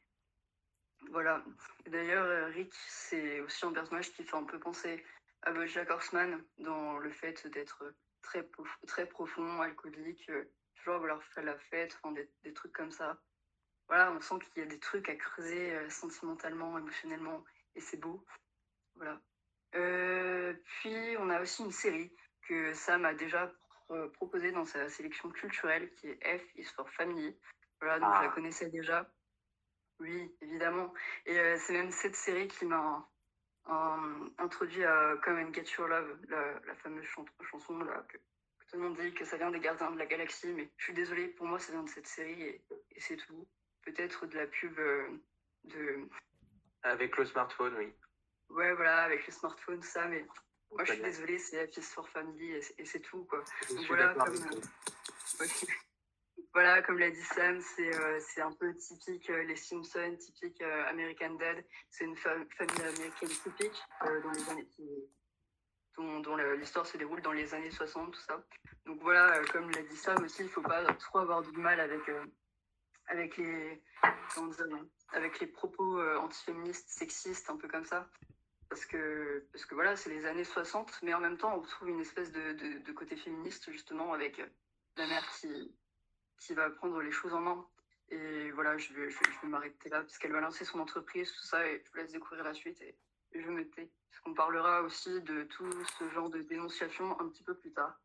Voilà. D'ailleurs, euh, Rick, c'est aussi un personnage qui fait un peu penser à BoJack Horseman dans le fait d'être très, pof- très profond, alcoolique, euh, toujours vouloir faire la fête, enfin, des, des trucs comme ça. Voilà, on sent qu'il y a des trucs à creuser euh, sentimentalement, émotionnellement, et c'est beau. Voilà. Euh, puis, on a aussi une série que Sam a déjà pr- proposée dans sa sélection culturelle, qui est F is for Family. Voilà, donc Ah. je la connaissais déjà. Oui, évidemment. Et euh, c'est même cette série qui m'a euh, introduit à Come and Get Your Love, la, la fameuse chan- chanson là, que, que tout le monde dit que ça vient des Gardiens de la Galaxie, mais je suis désolée, pour moi ça vient de cette série et, et c'est tout. Peut-être de la pub euh, de... Avec le smartphone, oui. Ouais, voilà, avec le smartphone, ça, mais moi je suis Très bien. désolée, c'est F is for Family et, c'est- et c'est tout, quoi. Je Donc suis voilà, d'accord comme... avec toi. Ouais. Voilà, comme l'a dit Sam, c'est euh, c'est un peu typique euh, les Simpsons, typique euh, American Dad. C'est une fa- famille américaine typique euh, dans les années qui- dont, dont la- l'histoire se déroule dans les années soixante, tout ça. Donc voilà, euh, comme l'a dit Sam aussi, il faut pas trop avoir du mal avec euh, avec les comment dire, avec les propos euh, antiféministes, sexistes, un peu comme ça. Parce que, parce que voilà, c'est les années soixante, mais en même temps, on retrouve une espèce de, de, de côté féministe, justement, avec euh, la mère qui, qui va prendre les choses en main. Et voilà, je vais, je vais, je vais m'arrêter là, parce qu'elle va lancer son entreprise, tout ça, et je vous laisse découvrir la suite, et, et je me tais. Parce qu'on parlera aussi de tout ce genre de dénonciation un petit peu plus tard.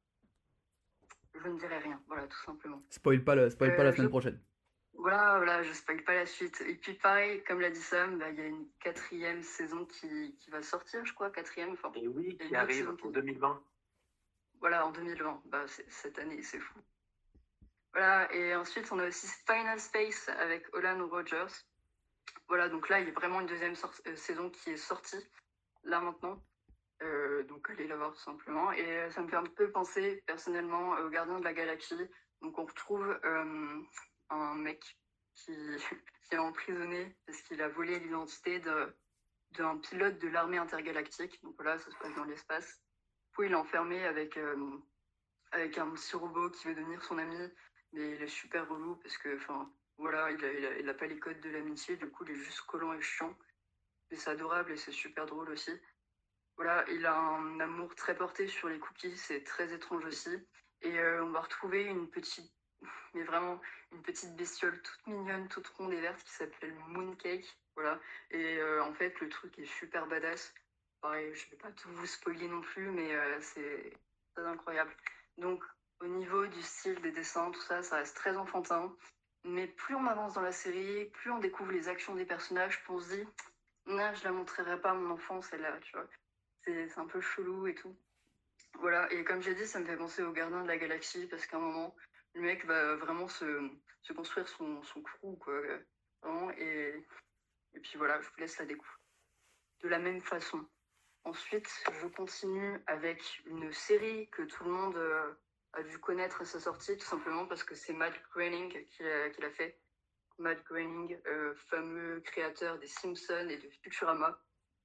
Je ne dirai rien, voilà, tout simplement. Spoil pas, le, spoil pas la Euh, semaine je- prochaine. Voilà, voilà, je spoil pas la suite. Et puis pareil, comme l'a dit Sam, bah, il y a une quatrième saison qui, qui va sortir, je crois, quatrième, enfin, Et oui, il y a qui une autre arrive saison qui- en deux mille vingt. Voilà, en deux mille vingt. Bah, c'est- cette année, c'est fou. Voilà, et ensuite, on a aussi Final Space avec Olan Rogers. Voilà, donc là, il y a vraiment une deuxième sor- euh, saison qui est sortie, là maintenant. Euh, donc, allez la voir tout simplement. Et euh, ça me fait un peu penser, personnellement, aux Gardiens de la Galaxie. Donc, on retrouve euh, un mec qui, qui est emprisonné parce qu'il a volé l'identité de- d'un pilote de l'armée intergalactique. Donc, voilà, ça se passe dans l'espace. Du coup, il est enfermé avec, euh, avec un petit robot qui veut devenir son ami, mais il est super relou parce que, enfin, voilà, il a, il, a, il a pas les codes de l'amitié, du coup, il est juste collant et chiant. Mais c'est adorable et c'est super drôle aussi. Voilà, il a un amour très porté sur les cookies, c'est très étrange aussi. Et euh, on va retrouver une petite, mais vraiment une petite bestiole toute mignonne, toute ronde et verte qui s'appelle Mooncake. Voilà. Et euh, en fait, le truc est super badass. Pareil, je vais pas tout vous spoiler non plus, mais euh, c'est très incroyable. Donc, au niveau du style des dessins, tout ça, ça reste très enfantin. Mais plus on avance dans la série, plus on découvre les actions des personnages, plus on se dit, non, je la montrerai pas à mon enfant, celle-là, tu vois. C'est c'est un peu chelou et tout. Voilà, et comme j'ai dit, ça me fait penser aux Gardiens de la Galaxie, parce qu'à un moment, le mec va vraiment se, se construire son, son crew, quoi. Vraiment, et, et puis voilà, je vous laisse la découvrir. De la même façon. Ensuite, je continue avec une série que tout le monde euh, a dû connaître à sa sortie, tout simplement parce que c'est Matt Groening qui l'a qui l'a fait. Matt Groening, euh, fameux créateur des Simpsons et de Futurama.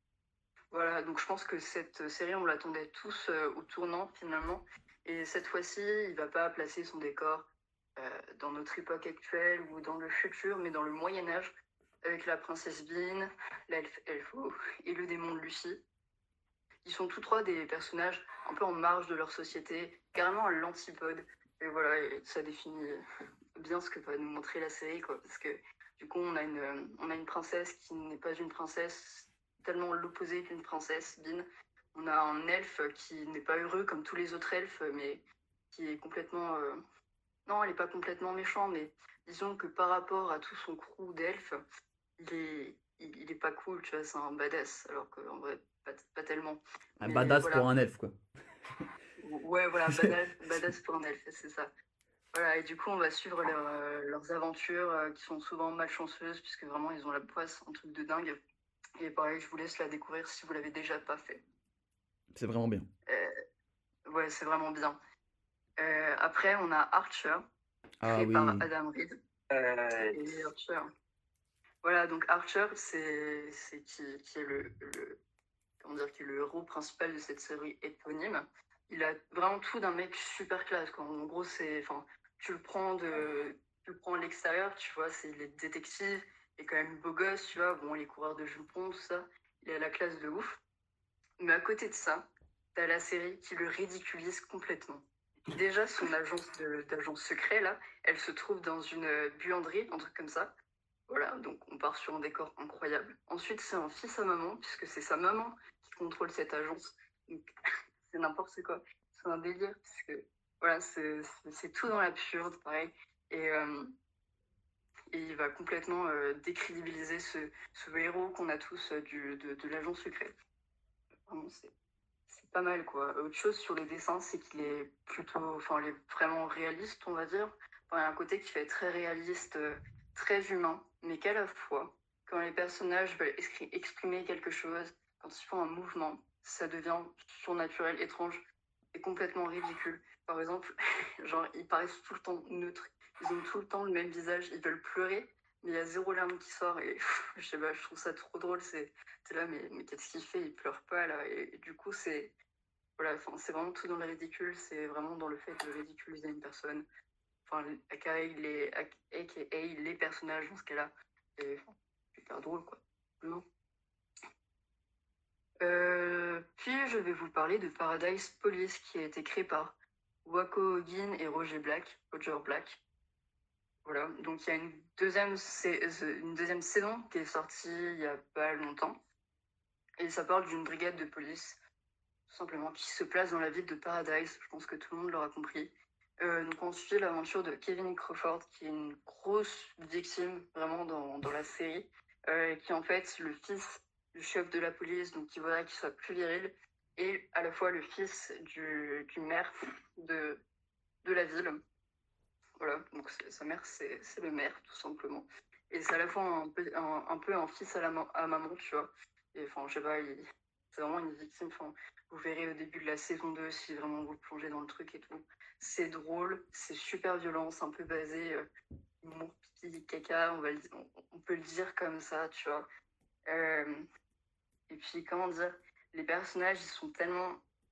Voilà, donc je pense que cette série, on l'attendait tous euh, au tournant finalement. Et cette fois-ci, il va pas placer son décor euh, dans notre époque actuelle ou dans le futur, mais dans le Moyen-Âge, avec la princesse Bean, l'elfe Elfo et le démon de Lucie. Ils sont tous trois des personnages un peu en marge de leur société, carrément à l'antipode. et voilà, et ça définit bien ce que va nous montrer la série, quoi. Parce que du coup, on a une, on a une princesse qui n'est pas une princesse, tellement l'opposé d'une princesse, Bean. On a un elfe qui n'est pas heureux comme tous les autres elfes, mais qui est complètement... euh, Non, elle n'est pas complètement méchant, mais disons que par rapport à tout son crew d'elfes, il est, il, il est pas cool, tu vois, c'est un badass, alors qu'en vrai, pas, pas tellement. Un Mais badass voilà. pour un elfe, quoi. Ouais, voilà, badass, badass pour un elfe, c'est ça. Voilà, et du coup, on va suivre leur, euh, leurs aventures euh, qui sont souvent malchanceuses, puisque vraiment, ils ont la poisse, un truc de dingue. Et pareil, je vous laisse la découvrir si vous l'avez déjà pas fait. C'est vraiment bien. Euh, ouais, c'est vraiment bien. Euh, après, on a Archer, Ah créé oui. par Adam Reed. Euh, et Archer. Voilà, donc Archer, c'est c'est qui, qui est le, le comment dire, qui est le héros principal de cette série éponyme. Il a vraiment tout d'un mec super classe, quoi. En gros, c'est, enfin, tu le prends de, tu le prends à l'extérieur, tu vois, c'est il est détective, il est quand même beau gosse, tu vois. Bon, il est coureur de jupons, tout ça. Il a la classe de ouf. Mais à côté de ça, t'as la série qui le ridiculise complètement. Déjà, son agence de- d'agent secret, là, elle se trouve dans une euh, buanderie, un truc comme ça. Voilà, donc on part sur un décor incroyable. Ensuite, c'est un fils à maman, puisque c'est sa maman qui contrôle cette agence. Donc, c'est n'importe quoi. C'est un délire, parce que, voilà, c'est c'est- c'est tout dans l'absurde, pareil. Et, euh, et il va complètement euh, décrédibiliser ce, ce héros qu'on a tous euh, du, de, de l'agent secret. Vraiment, c'est c'est pas mal, quoi. Autre chose sur les dessins, c'est qu'il est plutôt, enfin, il est vraiment réaliste, on va dire. Enfin, il y a un côté qui fait très réaliste, euh, très humain, mais qu'à la fois, quand les personnages veulent excri- exprimer quelque chose, quand ils font un mouvement, ça devient surnaturel, étrange et complètement ridicule. Par exemple, genre, ils paraissent tout le temps neutres. Ils ont tout le temps le même visage. Ils veulent pleurer, mais il y a zéro larme qui sort. Et pff, je sais pas, je trouve ça trop drôle. C'est t'es là, mais, mais qu'est-ce qu'il fait? Il pleure pas, là. Et, et du coup, c'est voilà, enfin, c'est vraiment tout dans le ridicule. C'est vraiment dans le fait de ridiculiser une personne. Enfin, aka les, aka les personnages dans ce cas-là. Et enfin, super drôle, quoi. Vraiment. Euh, puis je vais vous parler de Paradise Police qui a été créé par Wako Ogin et Roger Black, Roger Black. Voilà, donc il y a une deuxième, sais- une deuxième saison qui est sortie il y a pas longtemps. Et ça parle d'une brigade de police, tout simplement, qui se place dans la ville de Paradise. Je pense que tout le monde l'aura compris. Euh, donc on suit l'aventure de Kevin Crawford, qui est une grosse victime vraiment dans, dans la série, euh, qui est en fait le fils du chef de la police, donc qui voudrait qu'il soit plus viril, et à la fois le fils du, du maire de, de la ville. Voilà, donc c'est- sa mère, c'est c'est le maire, tout simplement. Et c'est à la fois un peu un, un, peu un fils à, la, ma- à maman, tu vois. Et enfin, je sais pas, il- c'est vraiment une victime. Enfin, vous verrez au début de la saison deux si vraiment vous plongez dans le truc et tout. C'est drôle, c'est super violent, c'est un peu basé euh, humour, pipi, caca, on, va le, on, on peut le dire comme ça, tu vois. Euh, et puis, comment dire, les personnages, ils sont tellement,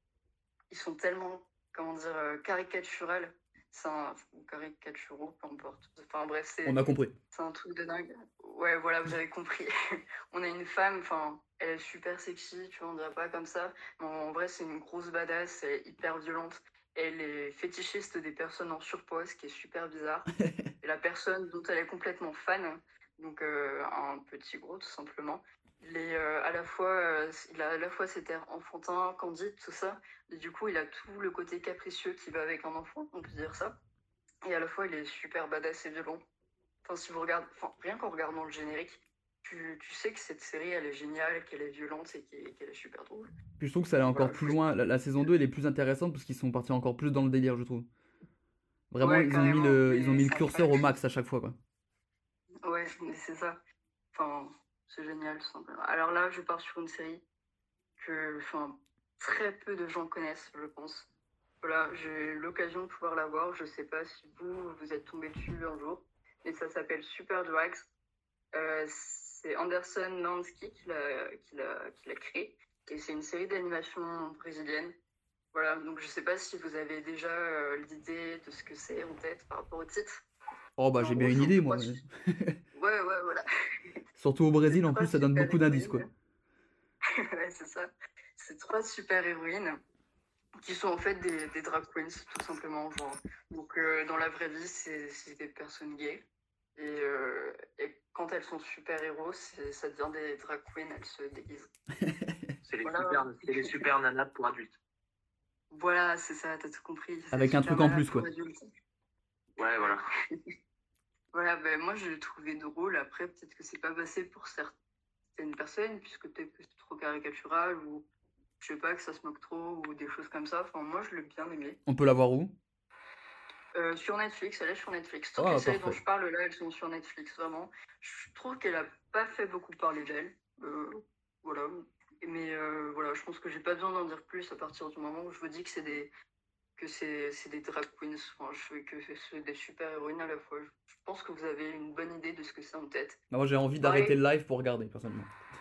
ils sont tellement, comment dire, euh, caricaturales. C'est un ou caricaturaux, peu importe. Enfin bref, c'est On a compris. c'est un truc de dingue. Ouais, voilà, vous avez compris. On a une femme, enfin, elle est super sexy, tu vois, on dirait pas comme ça. Mais en vrai, c'est une grosse badass, elle est hyper violente. Elle est fétichiste des personnes en surpoids, ce qui est super bizarre. Et la personne dont elle est complètement fan, donc euh, un petit gros tout simplement, il, est, euh, à la fois, euh, il a à la fois cet air enfantin, candide, tout ça, et du coup il a tout le côté capricieux qui va avec un enfant, on peut dire ça. Et à la fois il est super badass et violent. Enfin, si vous regardez, enfin, rien qu'en regardant le générique, tu, tu sais que cette série elle est géniale, qu'elle est violente et qu'elle qu'elle est super drôle. Puis je trouve que ça allait encore Voilà, plus je- loin. La, la saison deux, elle est plus intéressante parce qu'ils sont partis encore plus dans le délire, je trouve. Vraiment, Ouais, ils ont mis carrément, le, ils ont mais mis le ça- curseur au max à chaque fois, quoi. Ouais, mais c'est ça. Enfin, c'est génial, tout simplement. Alors là, je pars sur une série que, enfin, très peu de gens connaissent, je pense. Voilà, j'ai eu l'occasion de pouvoir la voir. Je sais pas si vous, vous êtes tombé dessus un jour, mais ça s'appelle Super Drags. Euh, c'est Anderson Lansky qui l'a, qui l'a, qui l'a créé, et c'est une série d'animation brésilienne. Voilà, donc je sais pas si vous avez déjà euh, l'idée de ce que c'est en tête par rapport au titre. Oh bah En j'ai gros, bien une c'est idée, trois moi. su- Ouais, ouais, voilà. Surtout au Brésil, en Trois plus, ça donne beaucoup d'indices, quoi. super-héroïnes. Ouais, c'est ça. C'est trois super-héroïnes qui sont en fait des, des drag queens, tout simplement. Genre. Donc, euh, dans la vraie vie, c'est c'est des personnes gays. Et, euh, et quand elles sont super-héros, c'est- ça devient des drag queens, elles se déguisent. C'est les, Voilà. super, c'est les super nanas pour adultes. Voilà, c'est ça, t'as tout compris. C'est Avec un super truc en malade plus, quoi. pour adultes. Ouais, voilà. Voilà, ben moi je l'ai trouvé drôle. Après, peut-être que c'est pas passé pour certaines personnes, puisque peut-être que c'est trop caricatural ou je sais pas, que ça se moque trop ou des choses comme ça. Enfin, moi je l'ai bien aimé. On peut la voir où? Euh, sur Netflix, elle est sur Netflix. Toutes Ah, les séries dont parfait. je parle là, elles sont sur Netflix, vraiment. Je trouve qu'elle a pas fait beaucoup parler d'elle. Euh, voilà. Mais euh, voilà, je pense que j'ai pas besoin d'en dire plus à partir du moment où je vous dis que c'est des que c'est c'est des drag queens, enfin, je, que c'est des super héroïnes à la fois. Je, je pense que vous avez une bonne idée de ce que c'est en tête. Ah, moi j'ai envie Pareil. d'arrêter le live pour regarder, personnellement.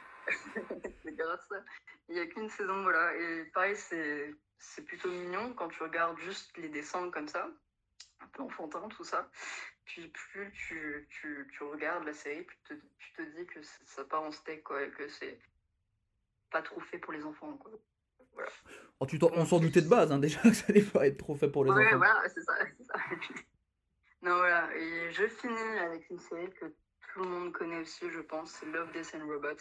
C'est grave ça. Il n'y a qu'une saison, voilà. Et pareil, c'est c'est plutôt mignon quand tu regardes juste les dessins comme ça, un peu enfantin, tout ça. Puis plus tu, tu, tu regardes la série, plus te- tu te dis que c'est- ça part en steak, quoi, et que c'est pas trop fait pour les enfants, quoi. Voilà. Oh, tu t'en- on s'en doutait de base, hein, déjà, que ça allait pas être trop fait pour les Ouais, enfants. voilà, c'est ça, c'est ça. Non, voilà. Et je finis avec une série que tout le monde connaît aussi, je pense, c'est Love, Death and Robots.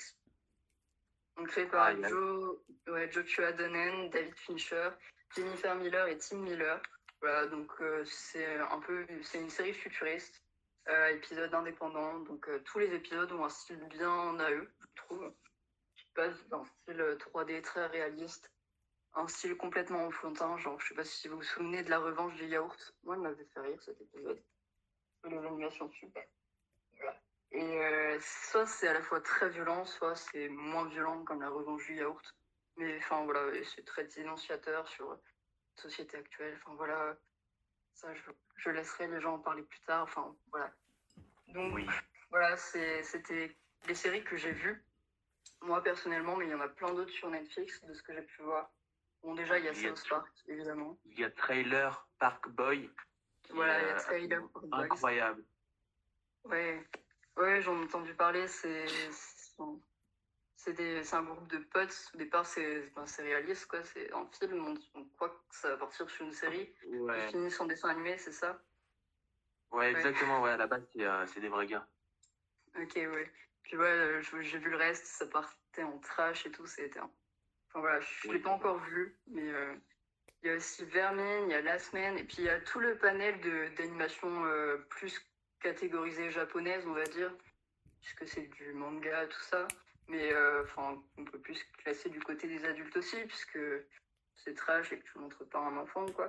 Donc, créé par Ah, il y a- Joe, ouais, Joshua Donen, David Fincher, Jennifer Miller et Tim Miller. Voilà, donc euh, c'est un peu, c'est une série futuriste, euh, épisode indépendant. Donc euh, tous les épisodes ont un style bien à eux, je trouve. Qui passe d'un style euh, trois D très réaliste, un style complètement enfantin. Genre, je sais pas si vous vous souvenez de La Revanche du Yaourt. Moi, il m'avait fait rire cet épisode. Les animations super. Voilà. Et euh, soit c'est à la fois très violent, soit c'est moins violent comme La Revanche du Yaourt. Mais enfin voilà, et c'est très dénonciateur sur la société actuelle. Enfin voilà, ça je, je laisserai les gens en parler plus tard. Enfin voilà. Donc Oui. voilà, c'est- c'était les séries que j'ai vues, moi personnellement, mais il y en a plein d'autres sur Netflix de ce que j'ai pu voir. Bon, déjà il y a Il y a- South Park, évidemment. Il y a Trailer Park Boy. qui Voilà, est, il y a euh, Trailer Park Boys. Incroyable. Ouais, ouais, j'en ai entendu parler. C'est c'est- c'est des- c'est un groupe de potes. Au départ, c'est ben, c'est réaliste, quoi. C'est un film. On, on croit que ça va partir sur une série. Ouais. Ils finissent en dessin animé, c'est ça? Ouais, exactement. Ouais, à la base, c'est euh, c'est des vrais gars. Ok, ouais. Puis ouais, euh, je- j'ai vu le reste. Ça partait en trash et tout. C'était un... Enfin voilà, je l'ai pas encore vu, mais euh, il y a aussi Vermine, il y a Last Man, et puis il y a tout le panel de d'animation euh, plus catégorisée japonaise, on va dire, puisque c'est du manga, tout ça. Mais euh, enfin, on peut plus classer du côté des adultes aussi, puisque c'est trash et que tu montres pas un enfant, quoi.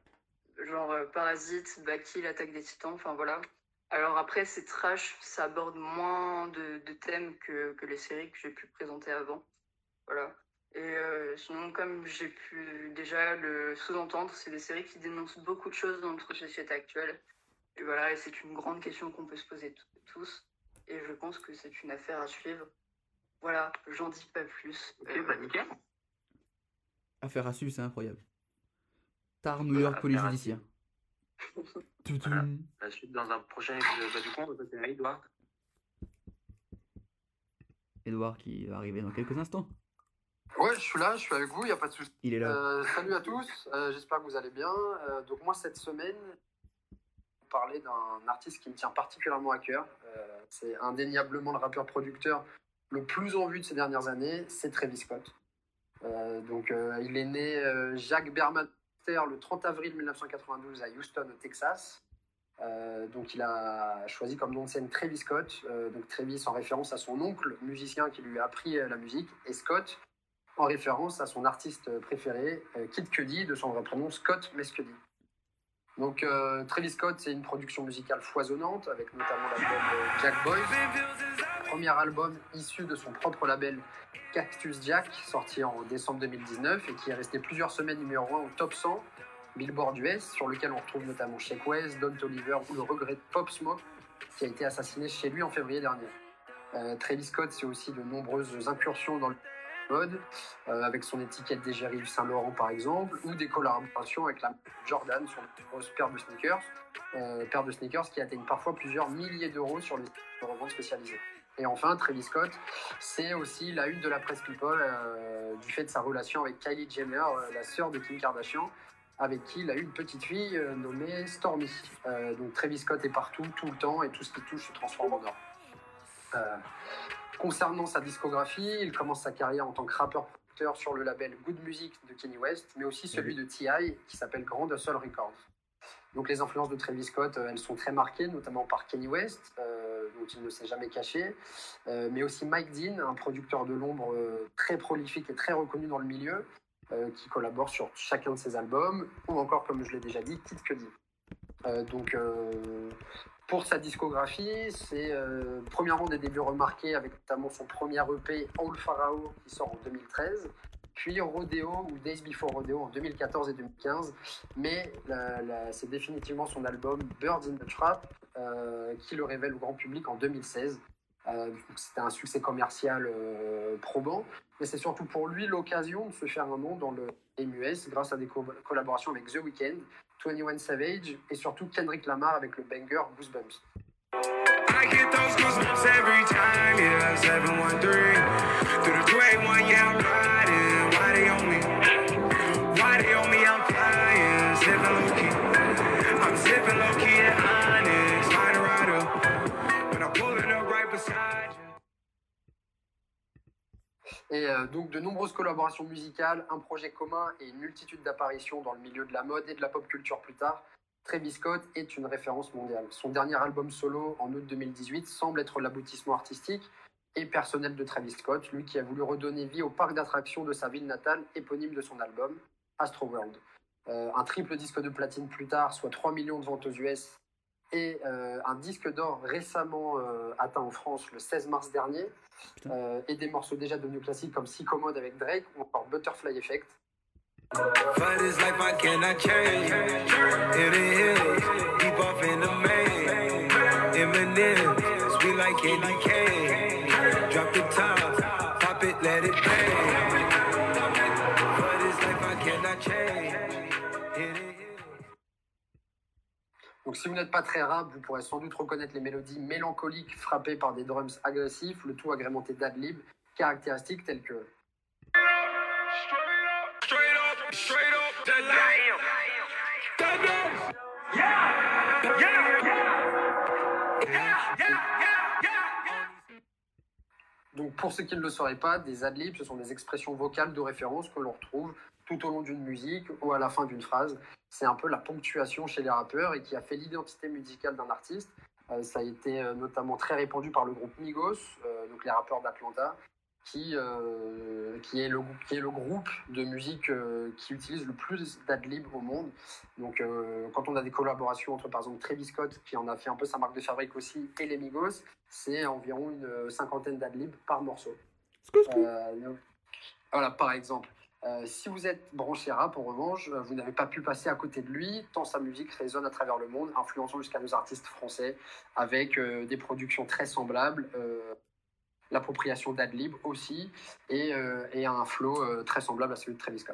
Genre euh, Parasite, Baki, l'Attaque des Titans, enfin voilà. Alors après, c'est trash, ça aborde moins de, de thèmes que, que les séries que j'ai pu présenter avant. Voilà. Et euh, sinon, comme j'ai pu déjà le sous-entendre, c'est des séries qui dénoncent beaucoup de choses dans notre société actuelle. Et voilà, et c'est une grande question qu'on peut se poser t- tous. Et je pense que c'est une affaire à suivre. Voilà, j'en dis pas plus. Ok, bah nickel. Affaire à suivre, c'est incroyable. Tard New York, Affaire police à judiciaire. Toutou. Voilà. La suite dans un prochain épisode. Bah, du coup, on va passer à Edouard. Edouard qui va arriver dans quelques instants. Ouais, je suis là, je suis avec vous, il n'y a pas de souci. Il est là. Euh, salut à tous, euh, j'espère que vous allez bien. Euh, donc moi, cette semaine, je vais vous parler d'un artiste qui me tient particulièrement à cœur. Euh, c'est indéniablement le rappeur-producteur le plus en vue de ces dernières années, c'est Travis Scott. Euh, donc euh, il est né euh, Jacques Berman le trente avril mille neuf cent quatre-vingt-douze à Houston, au Texas. Euh, donc il a choisi comme nom de scène Travis Scott, euh, donc Travis en référence à son oncle musicien qui lui a appris euh, la musique, et Scott en référence à son artiste préféré, euh, Kid Cudi, de son vrai prénom Scott Mescudi. Donc euh, Travis Scott, c'est une production musicale foisonnante, avec notamment l'album euh, Jack Boys, premier album issu de son propre label Cactus Jack, sorti en décembre deux mille dix-neuf et qui est resté plusieurs semaines numéro un au top cent Billboard U S, sur lequel on retrouve notamment Sheck Wes, Don Toliver ou le regret de Pop Smoke, qui a été assassiné chez lui en février dernier. Euh, Travis Scott, c'est aussi de nombreuses incursions dans le mode, euh, avec son étiquette d'égérie Yves Saint Laurent par exemple, ou des collaborations avec la Jordan sur une grosse paire de sneakers, euh, paire de sneakers qui atteignent parfois plusieurs milliers d'euros sur les sites de revente spécialisés. Et enfin, Travis Scott, c'est aussi la une de la presse People euh, du fait de sa relation avec Kylie Jenner, euh, la sœur de Kim Kardashian, avec qui il a eu une petite fille euh, nommée Stormy. Euh, donc Travis Scott est partout, tout le temps, et tout ce qui touche se transforme en or. Euh, concernant sa discographie, il commence sa carrière en tant que rappeur-producteur sur le label Good Music de Kanye West, mais aussi celui de T I qui s'appelle Grand Hustle Records. Donc les influences de Travis Scott, euh, elles sont très marquées, notamment par Kanye West, euh, dont il ne s'est jamais caché, euh, mais aussi Mike Dean, un producteur de l'ombre euh, très prolifique et très reconnu dans le milieu, euh, qui collabore sur chacun de ses albums, ou encore, comme je l'ai déjà dit, Kid Cudi. Euh, donc euh, pour sa discographie, c'est euh, premièrement des débuts remarqués avec notamment son premier E P Old Pharaoh qui sort en deux mille treize, puis Rodeo ou Days Before Rodeo en deux mille quatorze et deux mille quinze, mais la, la, c'est définitivement son album Birds in the Trap euh, qui le révèle au grand public en deux mille seize. Euh, c'était un succès commercial euh, probant, mais c'est surtout pour lui l'occasion de se faire un nom dans le M U S grâce à des co- collaborations avec The Weeknd, twenty-one Savage et surtout Kendrick Lamar avec le banger Goosebumps. I get those goosebumps every time, yeah, seven one three. Through the two eighty-one, yeah, I'm riding. Why they on me? Why they on me? I'm flying, sipping low key. I'm sipping low key at Onyx, find a rider. When I'm pulling up right beside you. Et euh, donc de nombreuses collaborations musicales, un projet commun et une multitude d'apparitions dans le milieu de la mode et de la pop culture plus tard, Travis Scott est une référence mondiale. Son dernier album solo en août deux mille dix-huit semble être l'aboutissement artistique et personnel de Travis Scott, lui qui a voulu redonner vie au parc d'attractions de sa ville natale, éponyme de son album, Astroworld. Euh, un triple disque de platine plus tard, soit trois millions de ventes aux U S, et euh, un disque d'or récemment euh, atteint en France le seize mars dernier, euh, et des morceaux déjà devenus classiques comme Si Commode avec Drake ou encore Butterfly Effect. For this life I cannot change. In the hills, deep off in the main. Eminem, sweet like candy cane. Drop the top, pop it, let it bang. For this life I cannot change. In the hills. Donc si vous n'êtes pas très rap, vous pourrez sans doute reconnaître les mélodies mélancoliques frappées par des drums agressifs, le tout agrémenté d'adlibs caractéristiques tels que Straight up the line. Thunder. Yeah. Yeah. Yeah. Yeah. Yeah. Yeah. Donc pour ceux qui ne le sauraient pas, des adlibs, ce sont des expressions vocales de référence que l'on retrouve tout au long d'une musique ou à la fin d'une phrase. C'est un peu la ponctuation chez les rappeurs et qui a fait l'identité musicale d'un artiste. Euh, ça a été euh, notamment très répandu par le groupe Migos, euh, donc les rappeurs d'Atlanta, qui, euh, qui, est le, qui est le groupe de musique euh, qui utilise le plus d'adlibs au monde. Donc euh, quand on a des collaborations entre par exemple Travis Scott, qui en a fait un peu sa marque de fabrique aussi, et les Migos, c'est environ une cinquantaine d'adlibs par morceau. Euh, donc, voilà, par exemple. Euh, si vous êtes branché rap, en revanche, vous n'avez pas pu passer à côté de lui, tant sa musique résonne à travers le monde, influençant jusqu'à nos artistes français, avec euh, des productions très semblables, euh, l'appropriation d'adlib aussi, et, euh, et un flow euh, très semblable à celui de Travis Scott.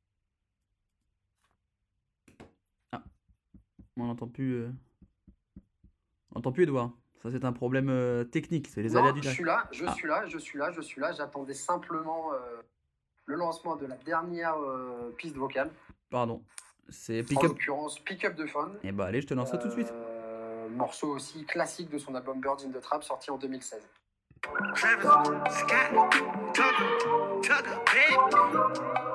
Ah, on n'entend plus, euh... on n'entend plus Edouard. Ça c'est un problème euh, technique, c'est les non, aléas du je direct. suis là, je Ah. suis là, je suis là, je suis là. J'attendais simplement euh, le lancement de la dernière euh, piste vocale. Pardon, c'est En Pick Up. l'occurrence, Pick Up de Fun. Et bah allez, je te lance ça tout de suite. Euh, morceau aussi classique de son album Birds in the Trap, sorti en deux mille seize. Travis Scott, Tucker, Tucker, hey.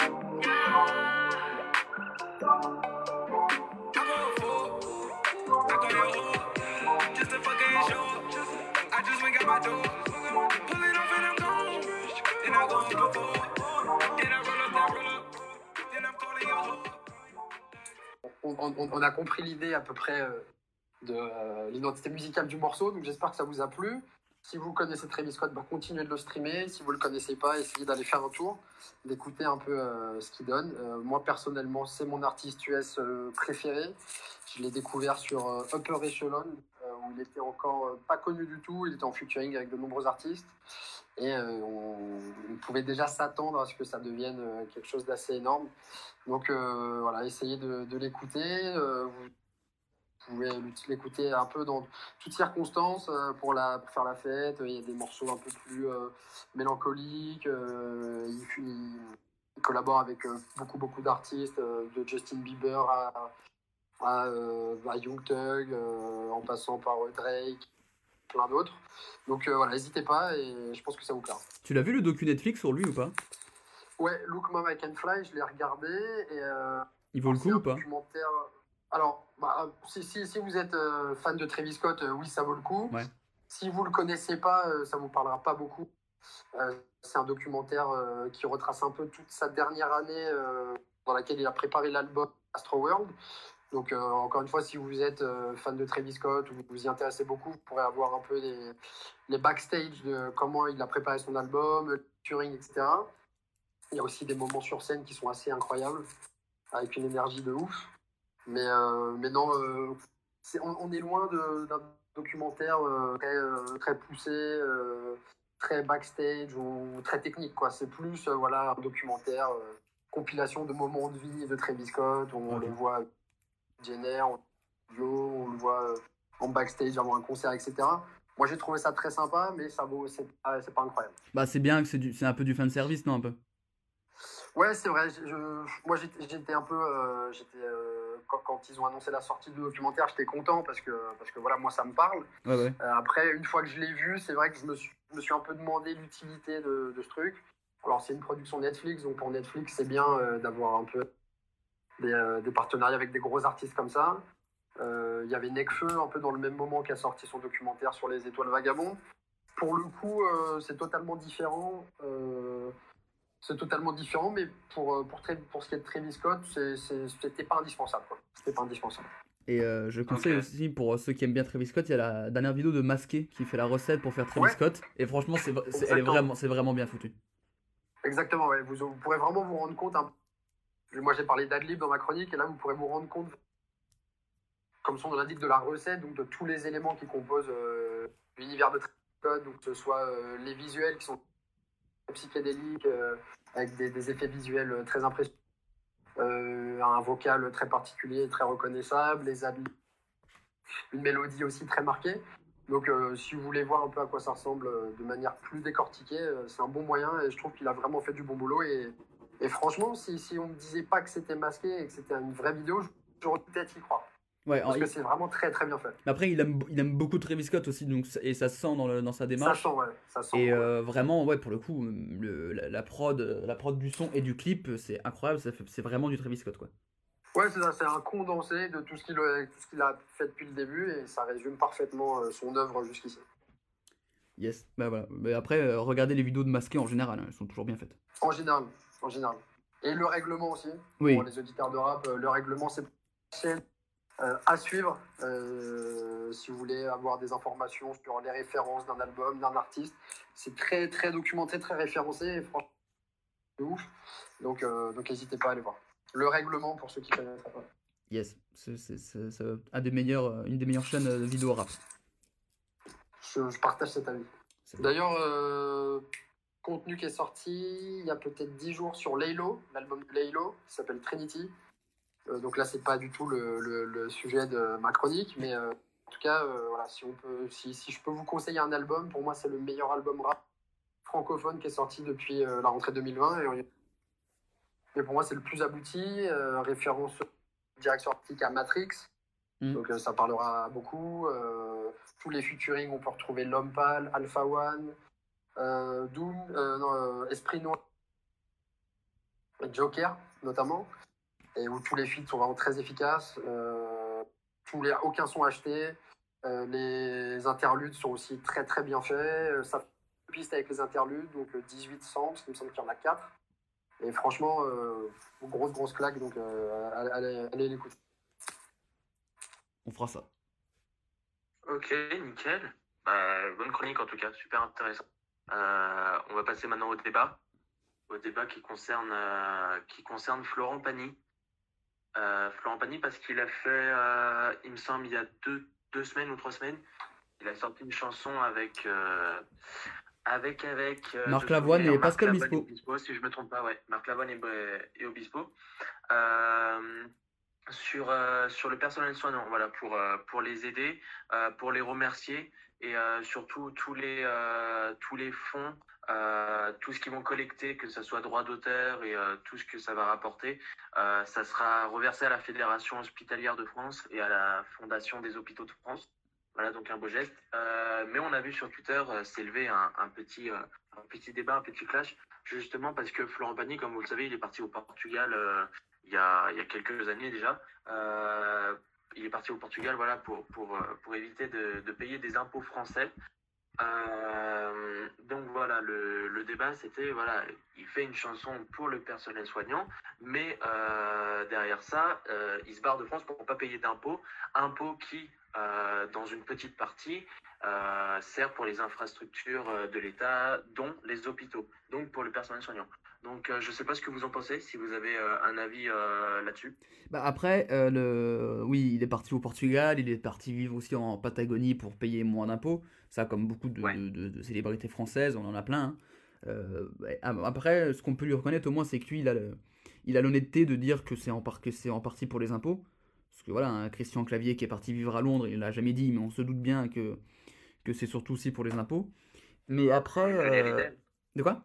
Just a fucking show. I just went got my door. Pull it off and I'm gone. Then I go before. Then I roll up that roll up. Then I'm calling your hoe. On, on- on a compris l'idée à peu près euh, de euh, l'identité musicale du morceau, donc j'espère que ça vous a plu. Si vous connaissez Travis Scott, bah, continuez de le streamer. Si vous ne le connaissez pas, essayez d'aller faire un tour, d'écouter un peu euh, ce qu'il donne. Euh, moi, personnellement, c'est mon artiste U S euh, préféré. Je l'ai découvert sur euh, Upper Echelon, euh, où il était encore euh, pas connu du tout. Il était en featuring avec de nombreux artistes. Et euh, on, on pouvait déjà s'attendre à ce que ça devienne euh, quelque chose d'assez énorme. Donc euh, voilà, essayez de, de l'écouter. Euh, vous, pouvez l'écouter un peu dans toutes circonstances euh, pour, la, pour faire la fête. Il y a des morceaux un peu plus euh, mélancoliques. Euh, il, il, il collabore avec euh, beaucoup, beaucoup d'artistes, euh, de Justin Bieber à, à, euh, à Young Thug, euh, en passant par euh, Drake, plein d'autres. Donc euh, voilà, n'hésitez pas et je pense que ça vous plaira. Tu l'as vu le docu Netflix sur lui ou pas? Ouais, Look Mom I Can Fly, je l'ai regardé. Et, euh, Il vaut le coup ou pas? Documentaire... Alors, bah, si, si, si vous êtes euh, fan de Travis Scott, euh, oui, ça vaut le coup. Ouais. Si vous le connaissez pas, euh, ça vous parlera pas beaucoup. Euh, c'est un documentaire euh, qui retrace un peu toute sa dernière année euh, dans laquelle il a préparé l'album Astroworld. Donc, euh, encore une fois, si vous êtes euh, fan de Travis Scott ou vous vous y intéressez beaucoup, vous pourrez avoir un peu les, les backstage de comment il a préparé son album, le touring, et cetera. Il y a aussi des moments sur scène qui sont assez incroyables, avec une énergie de ouf. Mais, euh, mais non, euh, c'est, on, on est loin de, d'un documentaire euh, très, euh, très poussé, euh, très backstage ou très technique, quoi. C'est plus euh, voilà, un documentaire, euh, compilation de moments de vie de Travis Scott. On, okay. le voit Jenner, on, on le voit euh, en backstage avant un concert, et cetera. Moi, j'ai trouvé ça très sympa, mais ça vaut, c'est, c'est pas incroyable. Bah, c'est bien que c'est, du, c'est un peu du fan service, non, un peu? Ouais, c'est vrai. Je, moi, j'étais, j'étais un peu... Euh, j'étais, euh, quand, quand ils ont annoncé la sortie du documentaire, j'étais content parce que, parce que voilà, moi, ça me parle. Ouais, ouais. Euh, après, une fois que je l'ai vu, c'est vrai que je me suis, je me suis un peu demandé l'utilité de, de ce truc. Alors, c'est une production Netflix, donc pour Netflix, c'est bien euh, d'avoir un peu des, euh, des partenariats avec des gros artistes comme ça. Il euh, y avait Nekfeu, un peu dans le même moment, qui a sorti son documentaire sur les étoiles vagabondes. Pour le coup, euh, c'est totalement différent. Euh, C'est totalement différent, mais pour, pour, pour ce qui est de Travis Scott, c'est, c'est, c'était pas indispensable. Quoi. C'était pas indispensable. Et euh, je conseille okay. aussi, pour ceux qui aiment bien Travis Scott, il y a la dernière vidéo de Masqué qui fait la recette pour faire Travis ouais. Scott. Et franchement, c'est, c'est, elle est vraiment, c'est vraiment bien foutu. Exactement, ouais. Vous, vous pourrez vraiment vous rendre compte. Hein. Moi, j'ai parlé d'adlib dans ma chronique, et là, vous pourrez vous rendre compte, comme son nom l'indique, de la recette, donc de tous les éléments qui composent euh, l'univers de Travis Scott, donc que ce soit euh, les visuels qui sont psychédélique, euh, avec des, des effets visuels très impressionnants, euh, un vocal très particulier, très reconnaissable, les adlibs, une mélodie aussi très marquée. Donc euh, si vous voulez voir un peu à quoi ça ressemble euh, de manière plus décortiquée, euh, c'est un bon moyen et je trouve qu'il a vraiment fait du bon boulot. Et, et franchement, si, si on ne me disait pas que c'était masqué et que c'était une vraie vidéo, j'aurais peut-être y croire. Ouais, parce que il... c'est vraiment très très bien fait. Mais après, il aime, il aime beaucoup Travis Scott aussi, donc, et ça se sent dans, le, dans sa démarche. Ça sent, ouais. Ça sent, et ouais. Euh, vraiment, ouais, pour le coup, le, la, la, prod, la prod du son et du clip, c'est incroyable, ça fait, c'est vraiment du Travis Scott, quoi. Ouais, c'est ça, c'est un condensé de tout ce, qu'il, tout ce qu'il a fait depuis le début, et ça résume parfaitement son œuvre jusqu'ici. Yes, bah voilà. Mais après, euh, regardez les vidéos de Masqué en général, hein, elles sont toujours bien faites. En général, en général. Et le règlement aussi, oui. Pour les auditeurs de rap, le règlement, c'est... Euh, à suivre euh, si vous voulez avoir des informations sur les références d'un album, d'un artiste. C'est très très documenté, très référencé et franchement c'est ouf. Donc euh, donc n'hésitez pas à aller voir. Le règlement pour ceux qui connaissent pas. Yes, c'est, c'est, c'est, c'est un des meilleurs, une des meilleures chaînes de vidéo rap. Je, je partage cet avis. C'est D'ailleurs, euh, contenu qui est sorti il y a peut-être dix jours sur Laylo, l'album de Laylo qui s'appelle Trinity. Donc là, c'est pas du tout le, le, le sujet de ma chronique, mais euh, en tout cas, euh, voilà, si, on peut, si, si je peux vous conseiller un album, pour moi, c'est le meilleur album rap francophone qui est sorti depuis euh, la rentrée deux mille vingt. Et, et pour moi, c'est le plus abouti, euh, référence direction artistique à Matrix, mm. donc euh, ça parlera beaucoup. Euh, tous les featuring, on peut retrouver L'Homme Pâle, Alpha One, euh, Doom, euh, non, euh, Esprit Noir, Joker notamment. Et où tous les feats sont vraiment très efficaces, euh, tous les, aucun son acheté, euh, les interludes sont aussi très très bien faits, euh, ça fait une piste avec les interludes, donc dix-huit samples, il me semble qu'il y en a quatre, et franchement, euh, grosse grosse claque, donc euh, allez, allez l'écouter. On fera ça. Ok, nickel, bah, bonne chronique en tout cas, super intéressant. Euh, on va passer maintenant au débat, au débat qui concerne, euh, qui concerne Florent Pagny. Euh, Florent Pagny parce qu'il a fait, euh, il me semble, il y a deux, deux semaines ou trois semaines, il a sorti une chanson avec euh, avec avec euh, Marc Lavoine et Pascal Obispo. Obispo, si je me trompe pas, ouais, Marc Lavoine et, et Obispo. Euh, sur, euh, sur le personnel soignant, voilà, pour, euh, pour les aider, euh, pour les remercier et euh, surtout tous les, euh, tous les fonds, euh, tout ce qu'ils vont collecter, que ce soit droit d'auteur et euh, tout ce que ça va rapporter, euh, ça sera reversé à la Fédération hospitalière de France et à la Fondation des hôpitaux de France. Voilà, donc un beau geste. Euh, mais on a vu sur Twitter euh, s'élever un, un, petit, euh, un petit débat, un petit clash, justement parce que Florent Pagny, comme vous le savez, il est parti au Portugal euh, il, y a, il y a quelques années déjà. Euh, il est parti au Portugal voilà, pour, pour, pour éviter de, de payer des impôts français. Euh, donc voilà, le, le débat c'était, voilà, il fait une chanson pour le personnel soignant, mais euh, derrière ça, euh, il se barre de France pour ne pas payer d'impôts, impôts qui, euh, dans une petite partie, euh, sert pour les infrastructures de l'État, dont les hôpitaux, donc pour le personnel soignant. Donc euh, je ne sais pas ce que vous en pensez, si vous avez euh, un avis euh, là-dessus. Bah après, euh, le... oui, il est parti au Portugal, il est parti vivre aussi en Patagonie pour payer moins d'impôts. Ça, comme beaucoup de, Ouais. de, de- de célébrités françaises, on en a plein, hein. Euh, bah, après, ce qu'on peut lui reconnaître au moins, c'est que lui, il a le- il a l'honnêteté de dire que c'est en, par- que c'est en partie pour les impôts. Parce que voilà, un Christian Clavier qui est parti vivre à Londres, il l'a jamais dit, mais on se doute bien que, que c'est surtout aussi pour les impôts. Mais après... Johnny euh, Hallyday. De quoi?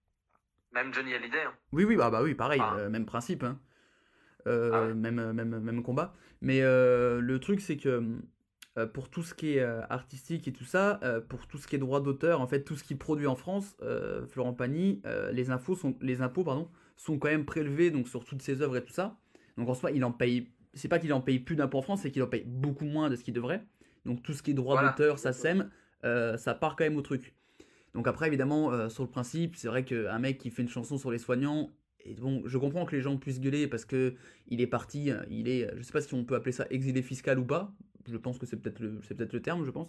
Même Johnny Hallyday. Hein. Oui, oui, bah, bah oui, pareil, Ah. euh, même principe, hein. Euh, Ah ouais. même, euh, même, même combat. Mais euh, le truc, c'est que euh, pour tout ce qui est euh, artistique et tout ça, euh, pour tout ce qui est droit d'auteur, en fait, tout ce qui est produit en France, euh, Florent Pagny, euh, les infos sont, les impôts, pardon, sont quand même prélevés donc sur toutes ses œuvres et tout ça. Donc en soi, il en paye. C'est pas qu'il en paye plus d'impôts en France, c'est qu'il en paye beaucoup moins de ce qu'il devrait. Donc tout ce qui est droit Voilà. d'auteur, ça sème, euh, ça part quand même au truc. Donc après, évidemment, euh, sur le principe, c'est vrai qu'un mec qui fait une chanson sur les soignants, et bon, je comprends que les gens puissent gueuler parce que il est parti, euh, il est, je sais pas si on peut appeler ça exilé fiscal ou pas. Je pense que c'est peut-être le, c'est peut-être le terme, je pense.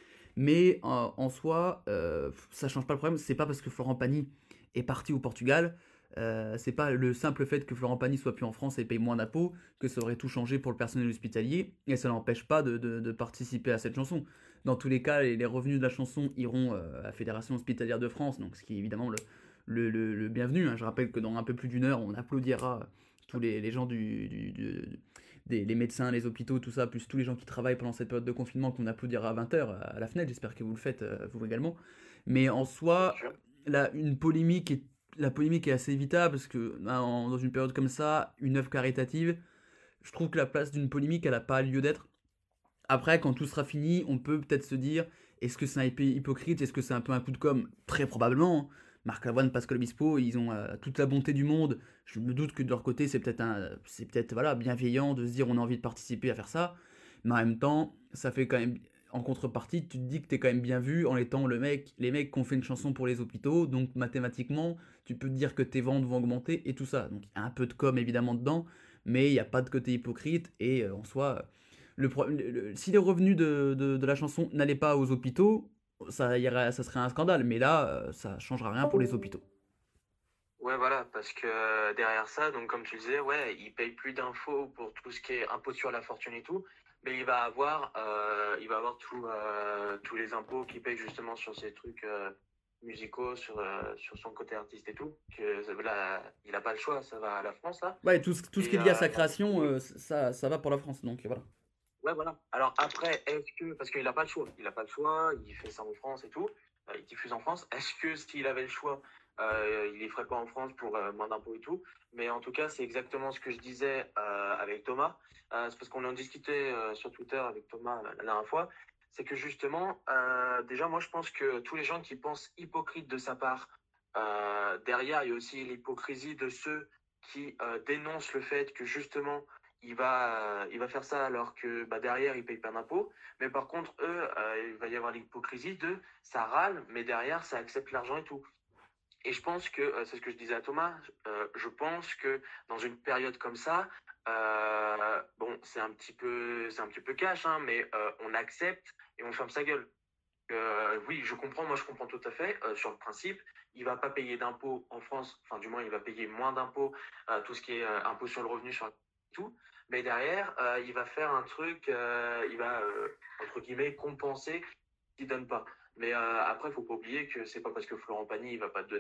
Mais euh, en soi, euh, ça change pas le problème. C'est pas parce que Florent Pagny est parti au Portugal, euh, c'est pas le simple fait que Florent Pagny soit plus en France et paye moins d'impôts que ça aurait tout changé pour le personnel hospitalier. Et ça n'empêche pas de, de- de participer à cette chanson. Dans tous les cas, les, les revenus de la chanson iront euh, à la Fédération hospitalière de France, donc ce qui est évidemment le, le, le- le bienvenu, hein. Je rappelle que dans un peu plus d'une heure, on applaudira tous les, les gens du, du- du- des les médecins, les hôpitaux, tout ça, plus tous les gens qui travaillent pendant cette période de confinement qu'on applaudira à vingt heures à la fenêtre. J'espère que vous le faites, euh, vous également. Mais en soi, là, une polémique est, la polémique est assez évitable parce que dans dans une période comme ça, une œuvre caritative, je trouve que la place d'une polémique, elle n'a pas lieu d'être. Après, quand tout sera fini, on peut peut-être se dire, est-ce que c'est un peu hypocrite? Est-ce que c'est un peu un coup de com'? Très probablement, hein. Marc Lavoine, Pascal Obispo, ils ont euh, toute la bonté du monde. Je me doute que de leur côté, c'est peut-être un, c'est peut-être voilà, bienveillant de se dire on a envie de participer à faire ça. Mais en même temps, ça fait quand même, en contrepartie, tu te dis que t'es quand même bien vu en étant le mec, les mecs qui ont fait une chanson pour les hôpitaux. Donc mathématiquement, tu peux te dire que tes ventes vont augmenter et tout ça. Donc il y a un peu de com évidemment dedans, mais il n'y a pas de côté hypocrite. Et euh, en soi, le, pro- le- le- si les revenus de, de- de la chanson n'allaient pas aux hôpitaux, ça, irait- ça serait un scandale. Mais là, euh, ça changera rien pour les hôpitaux. Ouais, voilà, parce que euh, derrière ça, donc comme tu disais, ouais, il paye plus d'infos pour tout ce qui est impôt sur la fortune et tout, mais il va avoir, euh, il va avoir tout, euh, tous les impôts qu'il paye justement sur ces trucs euh, musicaux, sur, euh, sur son côté artiste et tout. Que ça- là, il a pas le choix, ça va à la France là. Ouais, tout, ce- tout ce Et, qui est lié à euh, sa création, euh, ça, ça va pour la France. Donc voilà. Ouais, voilà. Alors après, est-ce que, parce qu'il n'a pas le choix, il n'a pas le choix, il fait ça en France et tout, euh, il diffuse en France, est-ce que s'il avait le choix, euh, il les ferait pas en France pour euh, moins d'impôts et tout? Mais en tout cas, c'est exactement ce que je disais euh, avec Thomas, euh, c'est parce qu'on en discutait euh, sur Twitter avec Thomas la, la dernière fois, c'est que justement, euh, déjà, moi je pense que tous les gens qui pensent hypocrite de sa part, euh, derrière, il y a aussi l'hypocrisie de ceux qui euh, dénoncent le fait que justement, il va, il va faire ça alors que bah, derrière, il paye pas d'impôts. Mais par contre, eux, euh, il va y avoir l'hypocrisie de ça râle, mais derrière, ça accepte l'argent et tout. Et je pense que, euh, c'est ce que je disais à Thomas, euh, je pense que dans une période comme ça, euh, bon, c'est un petit peu, c'est un petit peu cash, hein, mais euh, on accepte et on ferme sa gueule. Euh, oui, je comprends, moi je comprends tout à fait euh, sur le principe. Il va pas payer d'impôts en France, enfin du moins il va payer moins d'impôts, euh, tout ce qui est euh, impôt sur le revenu, sur tout. Mais derrière, euh, il va faire un truc, euh, il va euh, entre guillemets compenser ce qu'il donne pas. Mais euh, après, il faut pas oublier que c'est pas parce que Florent Pagny il va pas te donner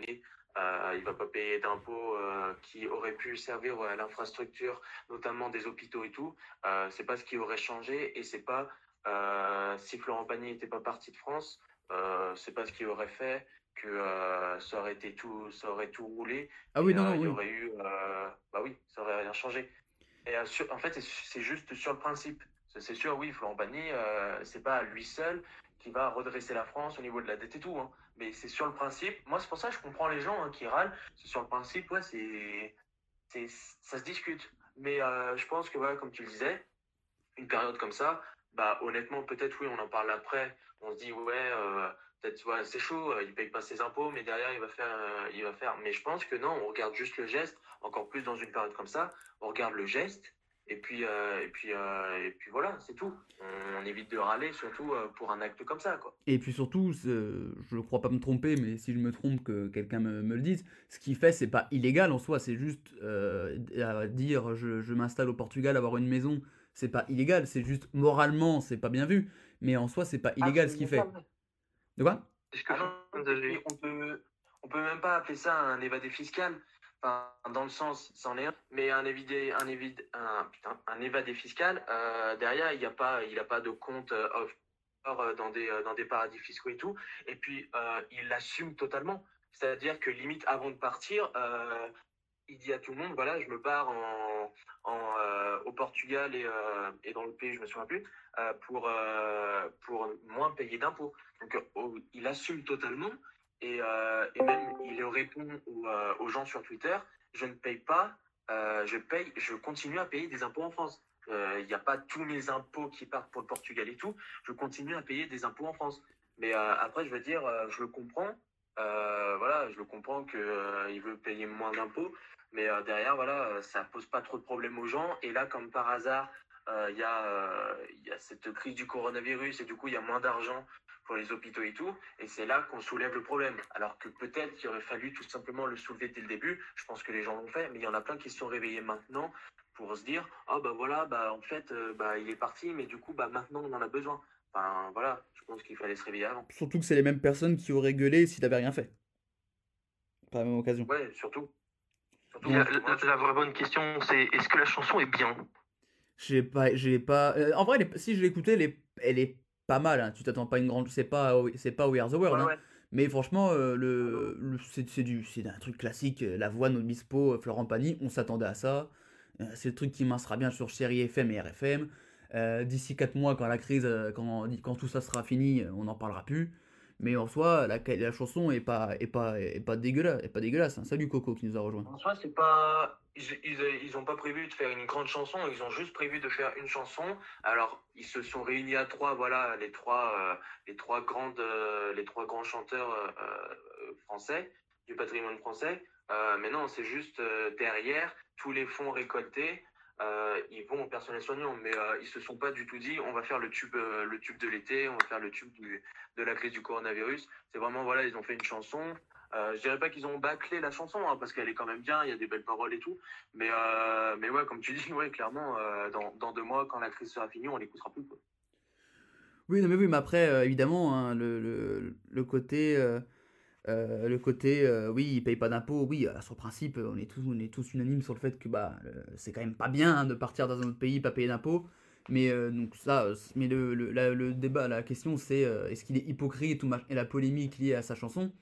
Euh, il va pas payer d'impôts euh, qui auraient pu servir à l'infrastructure, notamment des hôpitaux et tout. Euh, c'est pas ce qui aurait changé et c'est pas euh, si Florent Pagny n'était pas parti de France, euh, c'est pas ce qui aurait fait que euh, ça aurait été tout, ça aurait tout roulé. Ah oui, Et non, euh, non, il y oui. aurait eu, euh, bah oui, ça aurait rien changé. Et euh, sur- en fait, c'est c'est juste sur le principe. C'est c'est sûr, oui, Florent Pagny, euh, c'est pas à lui seul qui va redresser la France au niveau de la dette et tout, hein. Mais c'est sur le principe. Moi, c'est pour ça que je comprends les gens hein, qui râlent. C'est sur le principe, ouais, c'est, c'est, ça se discute. Mais euh, je pense que, voilà, comme tu le disais, une période comme ça, bah honnêtement, peut-être oui, on en parle après. On se dit ouais, euh, peut-être ouais, c'est chaud, euh, il paye pas ses impôts, mais derrière il va faire, euh, il va faire. Mais je pense que non, on regarde juste le geste. Encore plus dans une période comme ça, on regarde le geste. Et puis, euh, et puis, euh, et puis voilà, c'est tout. On, on évite de râler, surtout euh, pour un acte comme ça, quoi. Et puis surtout, c'est- je ne crois pas me tromper, mais si je me trompe, que quelqu'un me, me le dise, ce qu'il fait, c'est pas illégal en soi, c'est juste euh, à dire je, je m'installe au Portugal, avoir une maison, c'est pas illégal, c'est juste moralement, c'est pas bien vu, mais en soi, c'est pas Ah, illégal c'est ce qu'il fait. illégal. De quoi? C'est ce que Ah je non, viens et de puis dire. on peut, on peut même pas appeler ça un évadé fiscal. Enfin, dans le sens, c'en est un, mais un évadé, un évide, un, putain, un évadé fiscal, euh, derrière, il n'y a pas, il a pas de compte euh, offshore euh, dans des, euh, dans des paradis fiscaux et tout. Et puis, euh, il l'assume totalement. C'est-à-dire que limite, avant de partir, euh, il dit à tout le monde, voilà, je me pars en, en, euh, au Portugal et, euh, et dans le pays, je me souviens plus, euh, pour, euh, pour moins payer d'impôts. Donc, euh, oh, il assume totalement et, euh, et même il répond aux, euh, aux gens sur Twitter, je ne paye pas, euh, je paye, je continue à payer des impôts en France. Euh, Il n'y a pas tous mes impôts qui partent pour le Portugal et tout, je continue à payer des impôts en France. Mais euh, après, je veux dire, euh, je le comprends. Euh, voilà, je le comprends que euh, il veut payer moins d'impôts, mais euh, derrière, voilà, euh, ça pose pas trop de problèmes aux gens. Et là, comme par hasard, euh, il y a, euh, il y a cette crise du coronavirus et du coup, il y a moins d'argent pour les hôpitaux et tout. Et c'est là qu'on soulève le problème. Alors que peut-être qu'il aurait fallu tout simplement le soulever dès le début. Je pense que les gens l'ont fait, mais il y en a plein qui se sont réveillés maintenant pour se dire, ah bah voilà, bah en fait, euh, bah il est parti, mais du coup, bah maintenant on en a besoin. Enfin voilà, je pense qu'il fallait se réveiller avant. Surtout que c'est les mêmes personnes qui auraient gueulé s'il avait rien fait, par la même occasion. Ouais, surtout. Surtout La, parce que moi, la- la vraie bonne question, c'est est-ce que la chanson est bien? J'ai pas, j'ai pas. euh, en vrai, elle est- si je l'ai écoutée, elle est, elle est pas mal, hein. Tu t'attends pas à une grande. C'est pas, c'est pas We Are the World, ouais, hein. ouais. Mais franchement, euh, le, le- c'est c'est du, c'est un truc classique. euh, La voix de Obispo, euh, Florent Pagny, on s'attendait à ça. Euh, c'est le truc qui mincera bien sur Chéri F M et R F M. Euh, D'ici quatre mois, quand la crise, euh, quand, quand tout ça sera fini, euh, on n'en parlera plus. Mais en soi, la, la chanson est pas, est pas, est pas dégueulasse. Est pas dégueulasse, hein. Salut Coco qui nous a rejoint. En soi, c'est pas. Ils, ils, ils ont pas prévu de faire une grande chanson, ils ont juste prévu de faire une chanson. Alors, ils se sont réunis à trois, voilà, les trois, euh, les trois grandes, euh, les trois grands chanteurs euh, euh, français, du patrimoine français. Euh, mais non, c'est juste euh, derrière, tous les fonds récoltés, euh, ils vont au personnel soignant. Mais euh, ils se sont pas du tout dit, on va faire le tube, euh, le tube de l'été, on va faire le tube du, de la crise du coronavirus. C'est vraiment, voilà, ils ont fait une chanson. Euh, je dirais pas qu'ils ont bâclé la chanson, hein, parce qu'elle est quand même bien, il y a des belles paroles et tout. Mais, euh, mais ouais, comme tu dis, ouais, clairement, euh, dans, dans deux mois, quand la crise sera finie, on l'écoutera plus, quoi. Oui, non, mais oui, mais après, euh, évidemment, hein, le, le, le côté, euh, euh, le côté, euh, oui, il paye pas d'impôts, oui, euh, sur le principe, on est tous, on est tous unanimes sur le fait que bah, le- c'est quand même pas bien hein, de partir dans un autre pays, pas payer d'impôts. Mais euh, donc ça, euh, mais le, le, la- le débat, la question, c'est euh, est-ce qu'il est hypocrite ou mach- et la polémique liée à sa chanson.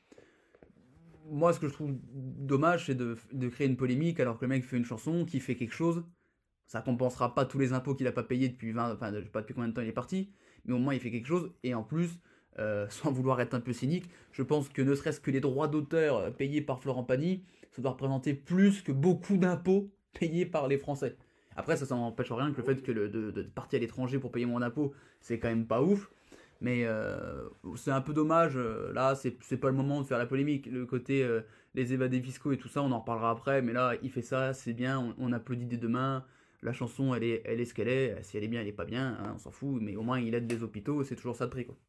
Moi, ce que je trouve dommage, c'est de, de créer une polémique alors que le mec fait une chanson, qui fait quelque chose. Ça compensera pas tous les impôts qu'il a pas payés depuis vingt, enfin, je sais pas depuis combien de temps il est parti, mais au moins il fait quelque chose. Et en plus, euh, sans vouloir être un peu cynique, je pense que ne serait-ce que les droits d'auteur euh, payés par Florent Pagny, ça doit représenter plus que beaucoup d'impôts payés par les Français. Après, ça, ça n'empêche rien que le fait que le, de, de partir à l'étranger pour payer moins d'impôts, c'est quand même pas ouf. Mais euh, c'est un peu dommage, euh, là c'est c'est pas le moment de faire la polémique. Le côté euh, les évadés fiscaux et tout ça, on en reparlera après, mais là il fait ça, c'est bien, on, on applaudit dès demain. La chanson elle est, elle est ce qu'elle est, si elle est bien, elle est pas bien, hein, on s'en fout, mais au moins il aide les hôpitaux, c'est toujours ça de prix quoi.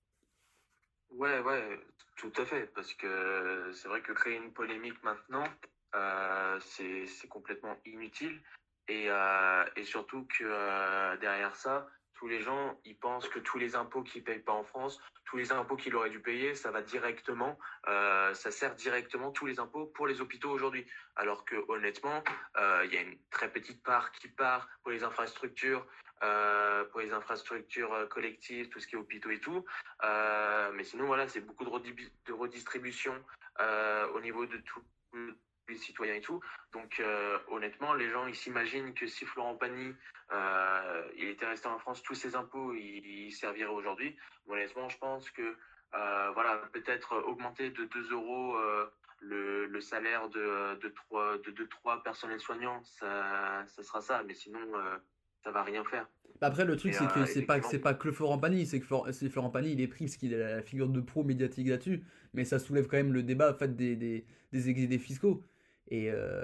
Ouais, ouais, tout à fait, parce que c'est vrai que créer une polémique maintenant, euh, c'est c'est complètement inutile. Et, euh, et surtout que euh, derrière ça, tous les gens, ils pensent que tous les impôts qu'ils payent pas en France, tous les impôts qu'il aurait dû payer, ça va directement, euh, ça sert directement tous les impôts pour les hôpitaux aujourd'hui. Alors que honnêtement, euh, il y a une très petite part qui part pour les infrastructures, euh, pour les infrastructures euh, collectives, tout ce qui est hôpitaux et tout. Euh, mais sinon, voilà, c'est beaucoup de, redibi- de redistribution euh, au niveau de tous les citoyens et tout. Donc, euh, honnêtement, les gens, ils s'imaginent que si Florent Pagny, euh, il était resté en France, tous ses impôts, ils, ils serviraient aujourd'hui. Honnêtement, je pense que, euh, voilà, peut-être augmenter de deux euros euh, le, le salaire de, de, trois, de deux, trois personnels soignants, ça, ça sera ça. Mais sinon, euh, ça va rien faire. Bah après, le truc, Et, c'est que euh, c'est pas, effectivement, c'est pas que le Florent Pagny, c'est que Flor- c'est Florent Pagny, il est pris parce qu'il est la figure de pro médiatique là-dessus, mais ça soulève quand même le débat en fait, des, des, des exilés fiscaux. Et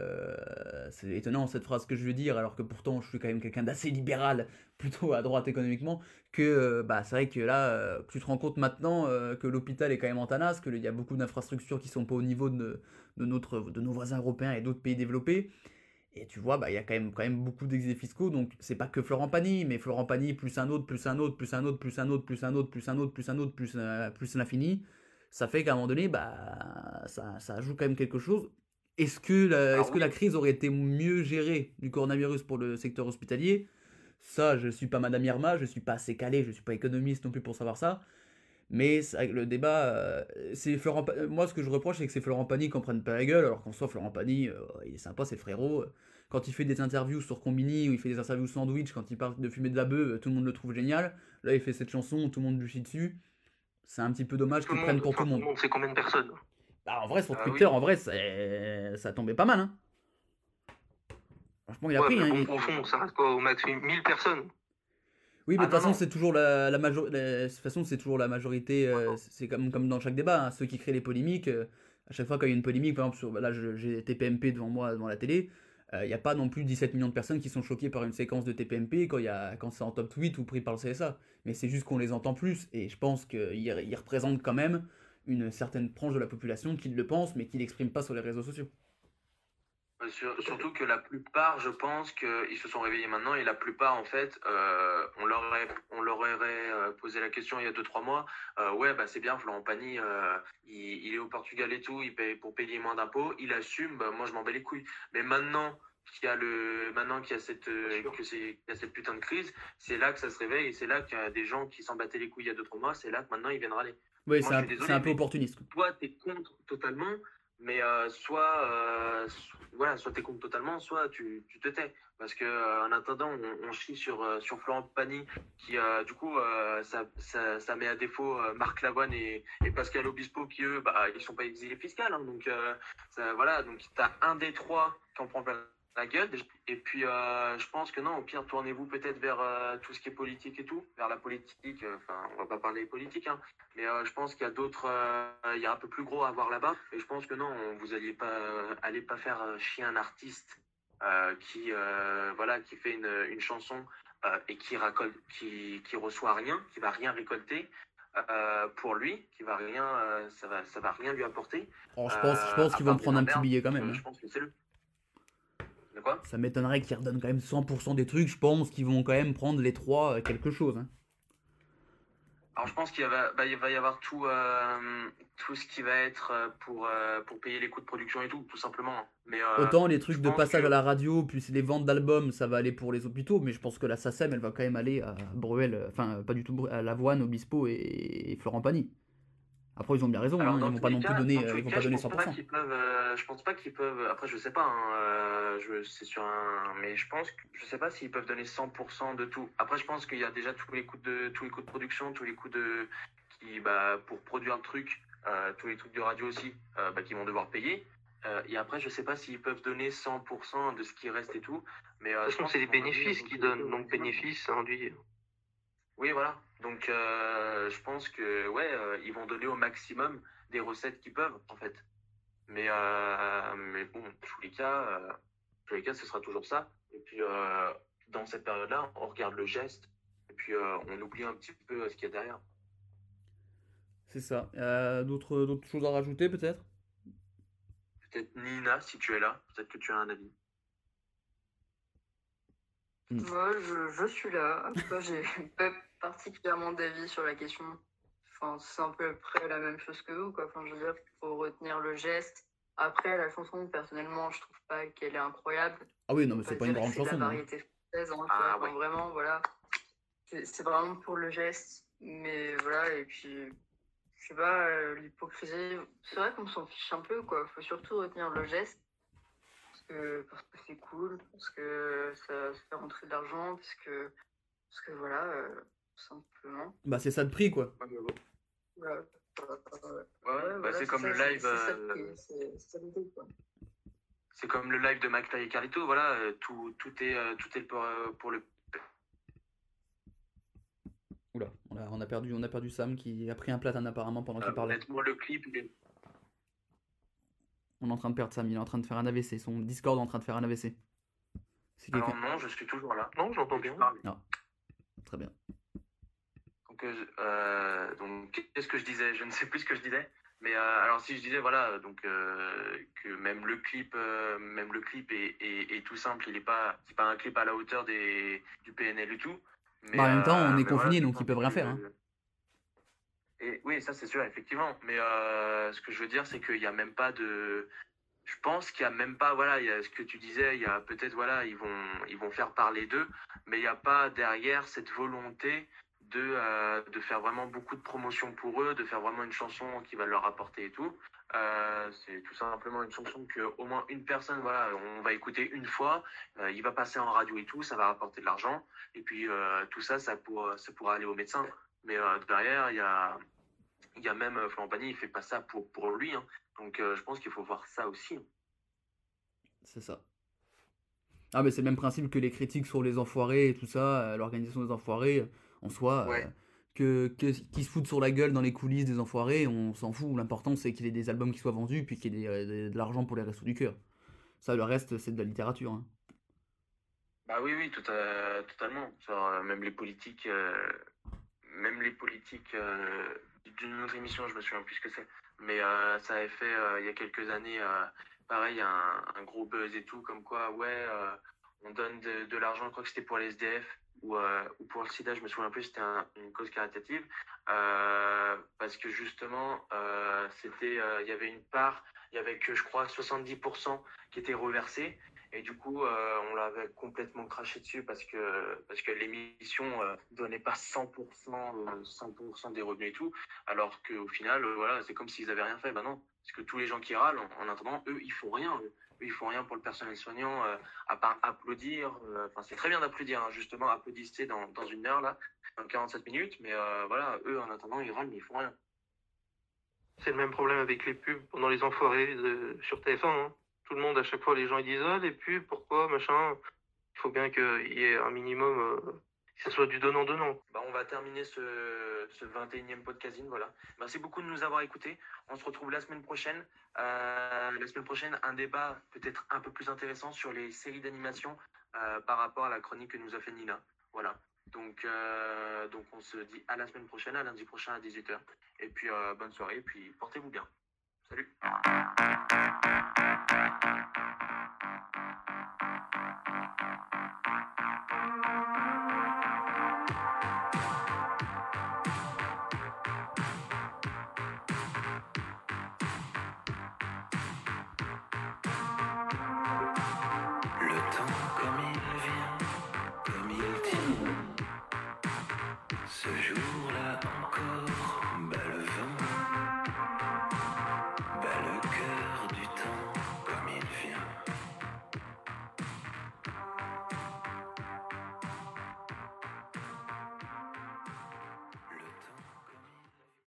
euh, c'est étonnant cette phrase que je veux dire, alors que pourtant je suis quand même quelqu'un d'assez libéral, plutôt à droite économiquement, que euh, bah, c'est vrai que là, euh, tu te rends compte maintenant euh, que l'hôpital est quand même en tanasse, qu'il y a beaucoup d'infrastructures qui sont pas au niveau de, de, notre, de nos voisins européens et d'autres pays développés. Et tu vois, bah, il y a quand même, quand même beaucoup d'exilés fiscaux, donc c'est pas que Florent Pagny, mais Florent Pagny plus un autre, plus un autre, plus un autre, plus un autre, plus un autre, plus un autre, plus un autre, plus, euh, plus l'infini, ça fait qu'à un moment donné, bah, ça, ça joue quand même quelque chose. Est-ce que, la, est-ce que la crise aurait été mieux gérée du coronavirus pour le secteur hospitalier? Ça, je suis pas Madame Irma, je suis pas assez calé, je suis pas économiste non plus pour savoir ça. Mais c'est vrai que le débat, euh, c'est Florent Pa- moi ce que je reproche, c'est que c'est Florent Pagny qui en prenne pas la gueule, alors qu'en soi, Florent Pagny, euh, il est sympa, c'est le frérot. Quand il fait des interviews sur Combini, ou il fait des interviews sandwich, quand il parle de fumer de la bœuf, tout le monde le trouve génial. Là, il fait cette chanson, tout le monde lui chie dessus. C'est un petit peu dommage Tout qu'il le prenne monde, pour tout enfin, le monde. c'est combien de personnes? Bah, en vrai, sur Ah Twitter, oui. en vrai, c'est- ça tombait pas mal. Hein. Franchement, il a Ouais, pris. mais Hein, bon, il- au fond, ça reste quoi, au max mille personnes? Oui, mais Ah de toute non, façon, non. c'est toujours la, la major- la- de toute façon, c'est toujours la majorité. euh, c'est comme, comme dans chaque débat. Hein, ceux qui créent les polémiques, euh, à chaque fois qu'il y a une polémique, par exemple, sur, là, je- j'ai T P M P devant moi, devant la télé, euh, il n'y a pas non plus dix-sept millions de personnes qui sont choquées par une séquence de T P M P quand, il y a, quand c'est en top tweet ou pris par le C S A. Mais c'est juste qu'on les entend plus, et je pense qu'ils ils représentent quand même une certaine tranche de la population qui le pense, mais qui l'exprime pas sur les réseaux sociaux. Euh, sur- surtout que la plupart, je pense qu'ils se sont réveillés maintenant et la plupart, en fait, euh, on, leur aurait, on leur aurait euh, posé la question il y a deux trois mois. Euh, ouais, bah c'est bien, Florent Pagny, euh, il, il est au Portugal et tout, il paye pour payer moins d'impôts, il assume, bah, moi je m'en bats les couilles. Mais maintenant qu'il y a, le, maintenant qu'il y a, cette, euh, que c'est, qu'il y a cette putain de crise, c'est là que ça se réveille et c'est là qu'il y a des gens qui s'en battaient les couilles il y a deux trois mois, c'est là que maintenant ils viennent râler. Oui, Moi, c'est je un, suis désolé, c'est un peu mais opportuniste. toi, t'es contre totalement, mais euh, soit, euh, so- voilà, soit t'es contre totalement, soit tu, tu te tais. Parce que euh, en attendant, on, on chie sur, euh, sur Florent Pagny, qui euh, du coup, euh, ça, ça, ça met à défaut euh, Marc Lavoine et, et Pascal Obispo, qui eux, bah, ils sont pas exilés fiscaux. Hein, donc euh, ça, voilà, donc t'as un des trois qui en prend plein la gueule. Et puis, euh, je pense que non, au pire, tournez-vous peut-être vers euh, tout ce qui est politique et tout, vers la politique. euh, Enfin, on va pas parler politique, hein, mais euh, je pense qu'il y a d'autres, euh, il y a un peu plus gros à voir là-bas. Et je pense que non, vous alliez pas, euh, allez pas faire euh, chier un artiste euh, qui, euh, voilà, qui fait une, une chanson euh, et qui racolte, qui, qui reçoit rien, qui va rien récolter. Euh, pour lui, qui va rien, euh, ça va, ça va rien lui apporter. Alors, je pense, je Euh, pense à qu'ils vont part des prendre un petit emmerdes, billet quand je- même. Je Hein. pense que c'est le. De quoi? Ça m'étonnerait qu'ils redonnent quand même cent pour cent des trucs. Je pense qu'ils vont quand même prendre les trois euh, quelque chose. Hein. Alors je pense qu'il va, bah, il va y avoir tout, euh, tout ce qui va être euh, pour, euh, pour payer les coûts de production et tout, tout simplement. Mais euh, Autant les je trucs de pense passage que- à la radio, puis les ventes d'albums, ça va aller pour les hôpitaux, mais je pense que la SACEM, elle va quand même aller à Bruel, euh, enfin pas du tout Bruel, à Lavoine, Obispo et, et Florent Pagny. Après, ils ont bien raison, Alors, hein, dans ils vont tous pas les non plus cas- donner, dans euh, tous ils les vont cas, pas je donner pense cent pour pas cent. qu'ils peuvent, euh, je pense pas qu'ils peuvent. Après, je sais pas. Hein, euh, je, c'est sur un, mais je pense, que, je sais pas s'ils peuvent donner cent pour cent de tout. Après, je pense qu'il y a déjà tous les coûts de, tous les coûts de production, tous les coûts de, qui, bah, pour produire le truc, euh, tous les trucs de radio aussi, euh, bah, qu'ils vont devoir payer. Euh, et après, je sais pas s'ils peuvent donner cent pour cent de ce qui reste et tout. Mais euh, De toute je façon, pense c'est les qu'ils vont donner bénéfices un qu'ils peu donnent. au Donc, maximum. bénéfices, ça induit. Oui, voilà. Donc, euh, je pense que, ouais, euh, ils vont donner au maximum des recettes qu'ils peuvent, en fait. Mais, euh, mais bon, dans tous les cas, euh, dans tous les cas, ce sera toujours ça. Et puis, euh, dans cette période-là, on regarde le geste, et puis euh, on oublie un petit peu euh, ce qu'il y a derrière. C'est ça. Euh, d'autres, d'autres choses à rajouter peut-être? Peut-être Nina, si tu es là, peut-être que tu as un avis. Moi, je, je suis là. Après, j'ai pas particulièrement d'avis sur la question. Enfin, c'est un peu près la même chose que vous, quoi. Enfin, je veux dire, il faut retenir le geste. Après, la chanson, personnellement, je trouve pas qu'elle est incroyable. Ah oui, non, On mais peut c'est pas une dire que grande c'est de la chanson, hein. variété française, hein, tu Ah, vois. Enfin, ouais. vraiment, voilà. C'est c'est vraiment pour le geste. Mais voilà, et puis, je sais pas, euh, l'hypocrisie, c'est vrai qu'on s'en fiche un peu, quoi. Faut surtout retenir le geste. Parce que parce que c'est cool, parce que ça, ça fait rentrer de l'argent, parce que, parce que voilà, euh, tout simplement. Bah, c'est ça de prix, quoi. Ouais, mais bon. Voilà. Euh, Ouais, ouais, bah, voilà, c'est comme ça, le c'est- live. C'est ça euh, qui est- c'est- c'est ça l'idée, quoi. C'est comme le live de McFly et Carlito, voilà, euh, tout, tout est, euh, tout est pour, euh, pour le. Oula, on a, on a perdu, on a perdu Sam qui a pris un platane apparemment pendant qu'il Euh, parlait. honnêtement, le clip, il est- On est en train de perdre Sam, il est en train de faire un A V C. Son Discord est en train de faire un A V C. C'est Alors quelqu'un. non, je suis toujours là. Non, j'entends Je bien. parle. Ah, très bien. Donc, euh, je- euh, donc qu'est-ce que je disais? Je ne sais plus ce que je disais. Mais euh, alors si je disais voilà donc euh, que même le clip euh, même le clip est, est, est tout simple, il est pas c'est pas un clip à la hauteur des du P N L du tout. Mais Bah, en même temps, euh, on est mais voilà, confinés, je donc pense ils peuvent rien que- faire, hein. Et oui, ça c'est sûr effectivement. Mais euh, ce que je veux dire c'est qu'il y a même pas de je pense qu'il y a même pas voilà il y a ce que tu disais il y a peut-être voilà ils vont ils vont faire parler d'eux mais il n'y a pas derrière cette volonté de euh, de faire vraiment beaucoup de promotion pour eux, de faire vraiment une chanson qui va leur apporter et tout. Euh, c'est tout simplement une chanson que au moins une personne voilà on va écouter une fois, euh, il va passer en radio et tout, ça va rapporter de l'argent et puis euh, tout ça ça pourra ça pourra aller au médecin. Mais euh, derrière il y a il y a même euh, Florent Pagny, il fait pas ça pour pour lui hein. Donc euh, je pense qu'il faut voir ça aussi. hein. C'est ça. Ah, mais c'est le même principe que les critiques sur les enfoirés et tout ça, euh, l'organisation des enfoirés, euh, en soi, Ouais. euh, que, que qu'ils se foutent sur la gueule dans les coulisses des enfoirés, on s'en fout. L'important, c'est qu'il y ait des albums qui soient vendus, puis qu'il y ait des- euh, des- de l'argent pour les restos du cœur. Ça, le reste, c'est de la littérature, hein. Bah oui, oui, tout à- totalement. Genre, euh, même les politiques, euh, même les politiques euh, d'une autre émission, je me souviens plus ce que c'est. Mais euh, ça avait fait euh, il y a quelques années, euh, pareil, un, un gros buzz et tout, comme quoi, ouais, euh, on donne de, de l'argent, je crois que c'était pour les S D F ou, euh, ou pour le sida, je me souviens plus, c'était un- une cause caritative. Euh, parce que justement, euh, c'était, euh, il y avait une part, il y avait que je crois soixante-dix pour cent qui était reversé. Et du coup, euh, on l'avait complètement craché dessus parce que, parce que l'émission euh, donnait pas cent pour cent, euh, cent pour cent des revenus et tout, alors qu'au final, euh, voilà, c'est comme s'ils avaient rien fait. Ben non, parce que tous les gens qui râlent, en, en attendant, eux, ils font rien. Eux, Eux, ils font rien pour le personnel soignant, euh, à part applaudir. euh, Enfin, c'est très bien d'applaudir, hein, justement, applaudissez dans, dans une heure, là, dans quarante-sept minutes, mais euh, voilà, eux, en attendant, ils râlent, mais ils font rien. C'est le même problème avec les pubs pendant les enfoirés de- sur T F un. hein. Tout le monde, à chaque fois, les gens ils disent ah les pubs, pourquoi, machin. Il faut bien qu'il y ait un minimum, euh, que ce soit du donnant-donnant. Bah, on va terminer ce, ce vingt et unième podcasting, voilà. Merci beaucoup de nous avoir écoutés. On se retrouve la semaine prochaine. Euh, la semaine prochaine, un débat peut-être un peu plus intéressant sur les séries d'animation euh, par rapport à la chronique que nous a fait Nina. Voilà. Donc, euh, donc on se dit à la semaine prochaine, à lundi prochain à dix-huit heures. Et puis, euh, bonne soirée, et puis portez-vous bien. Salut.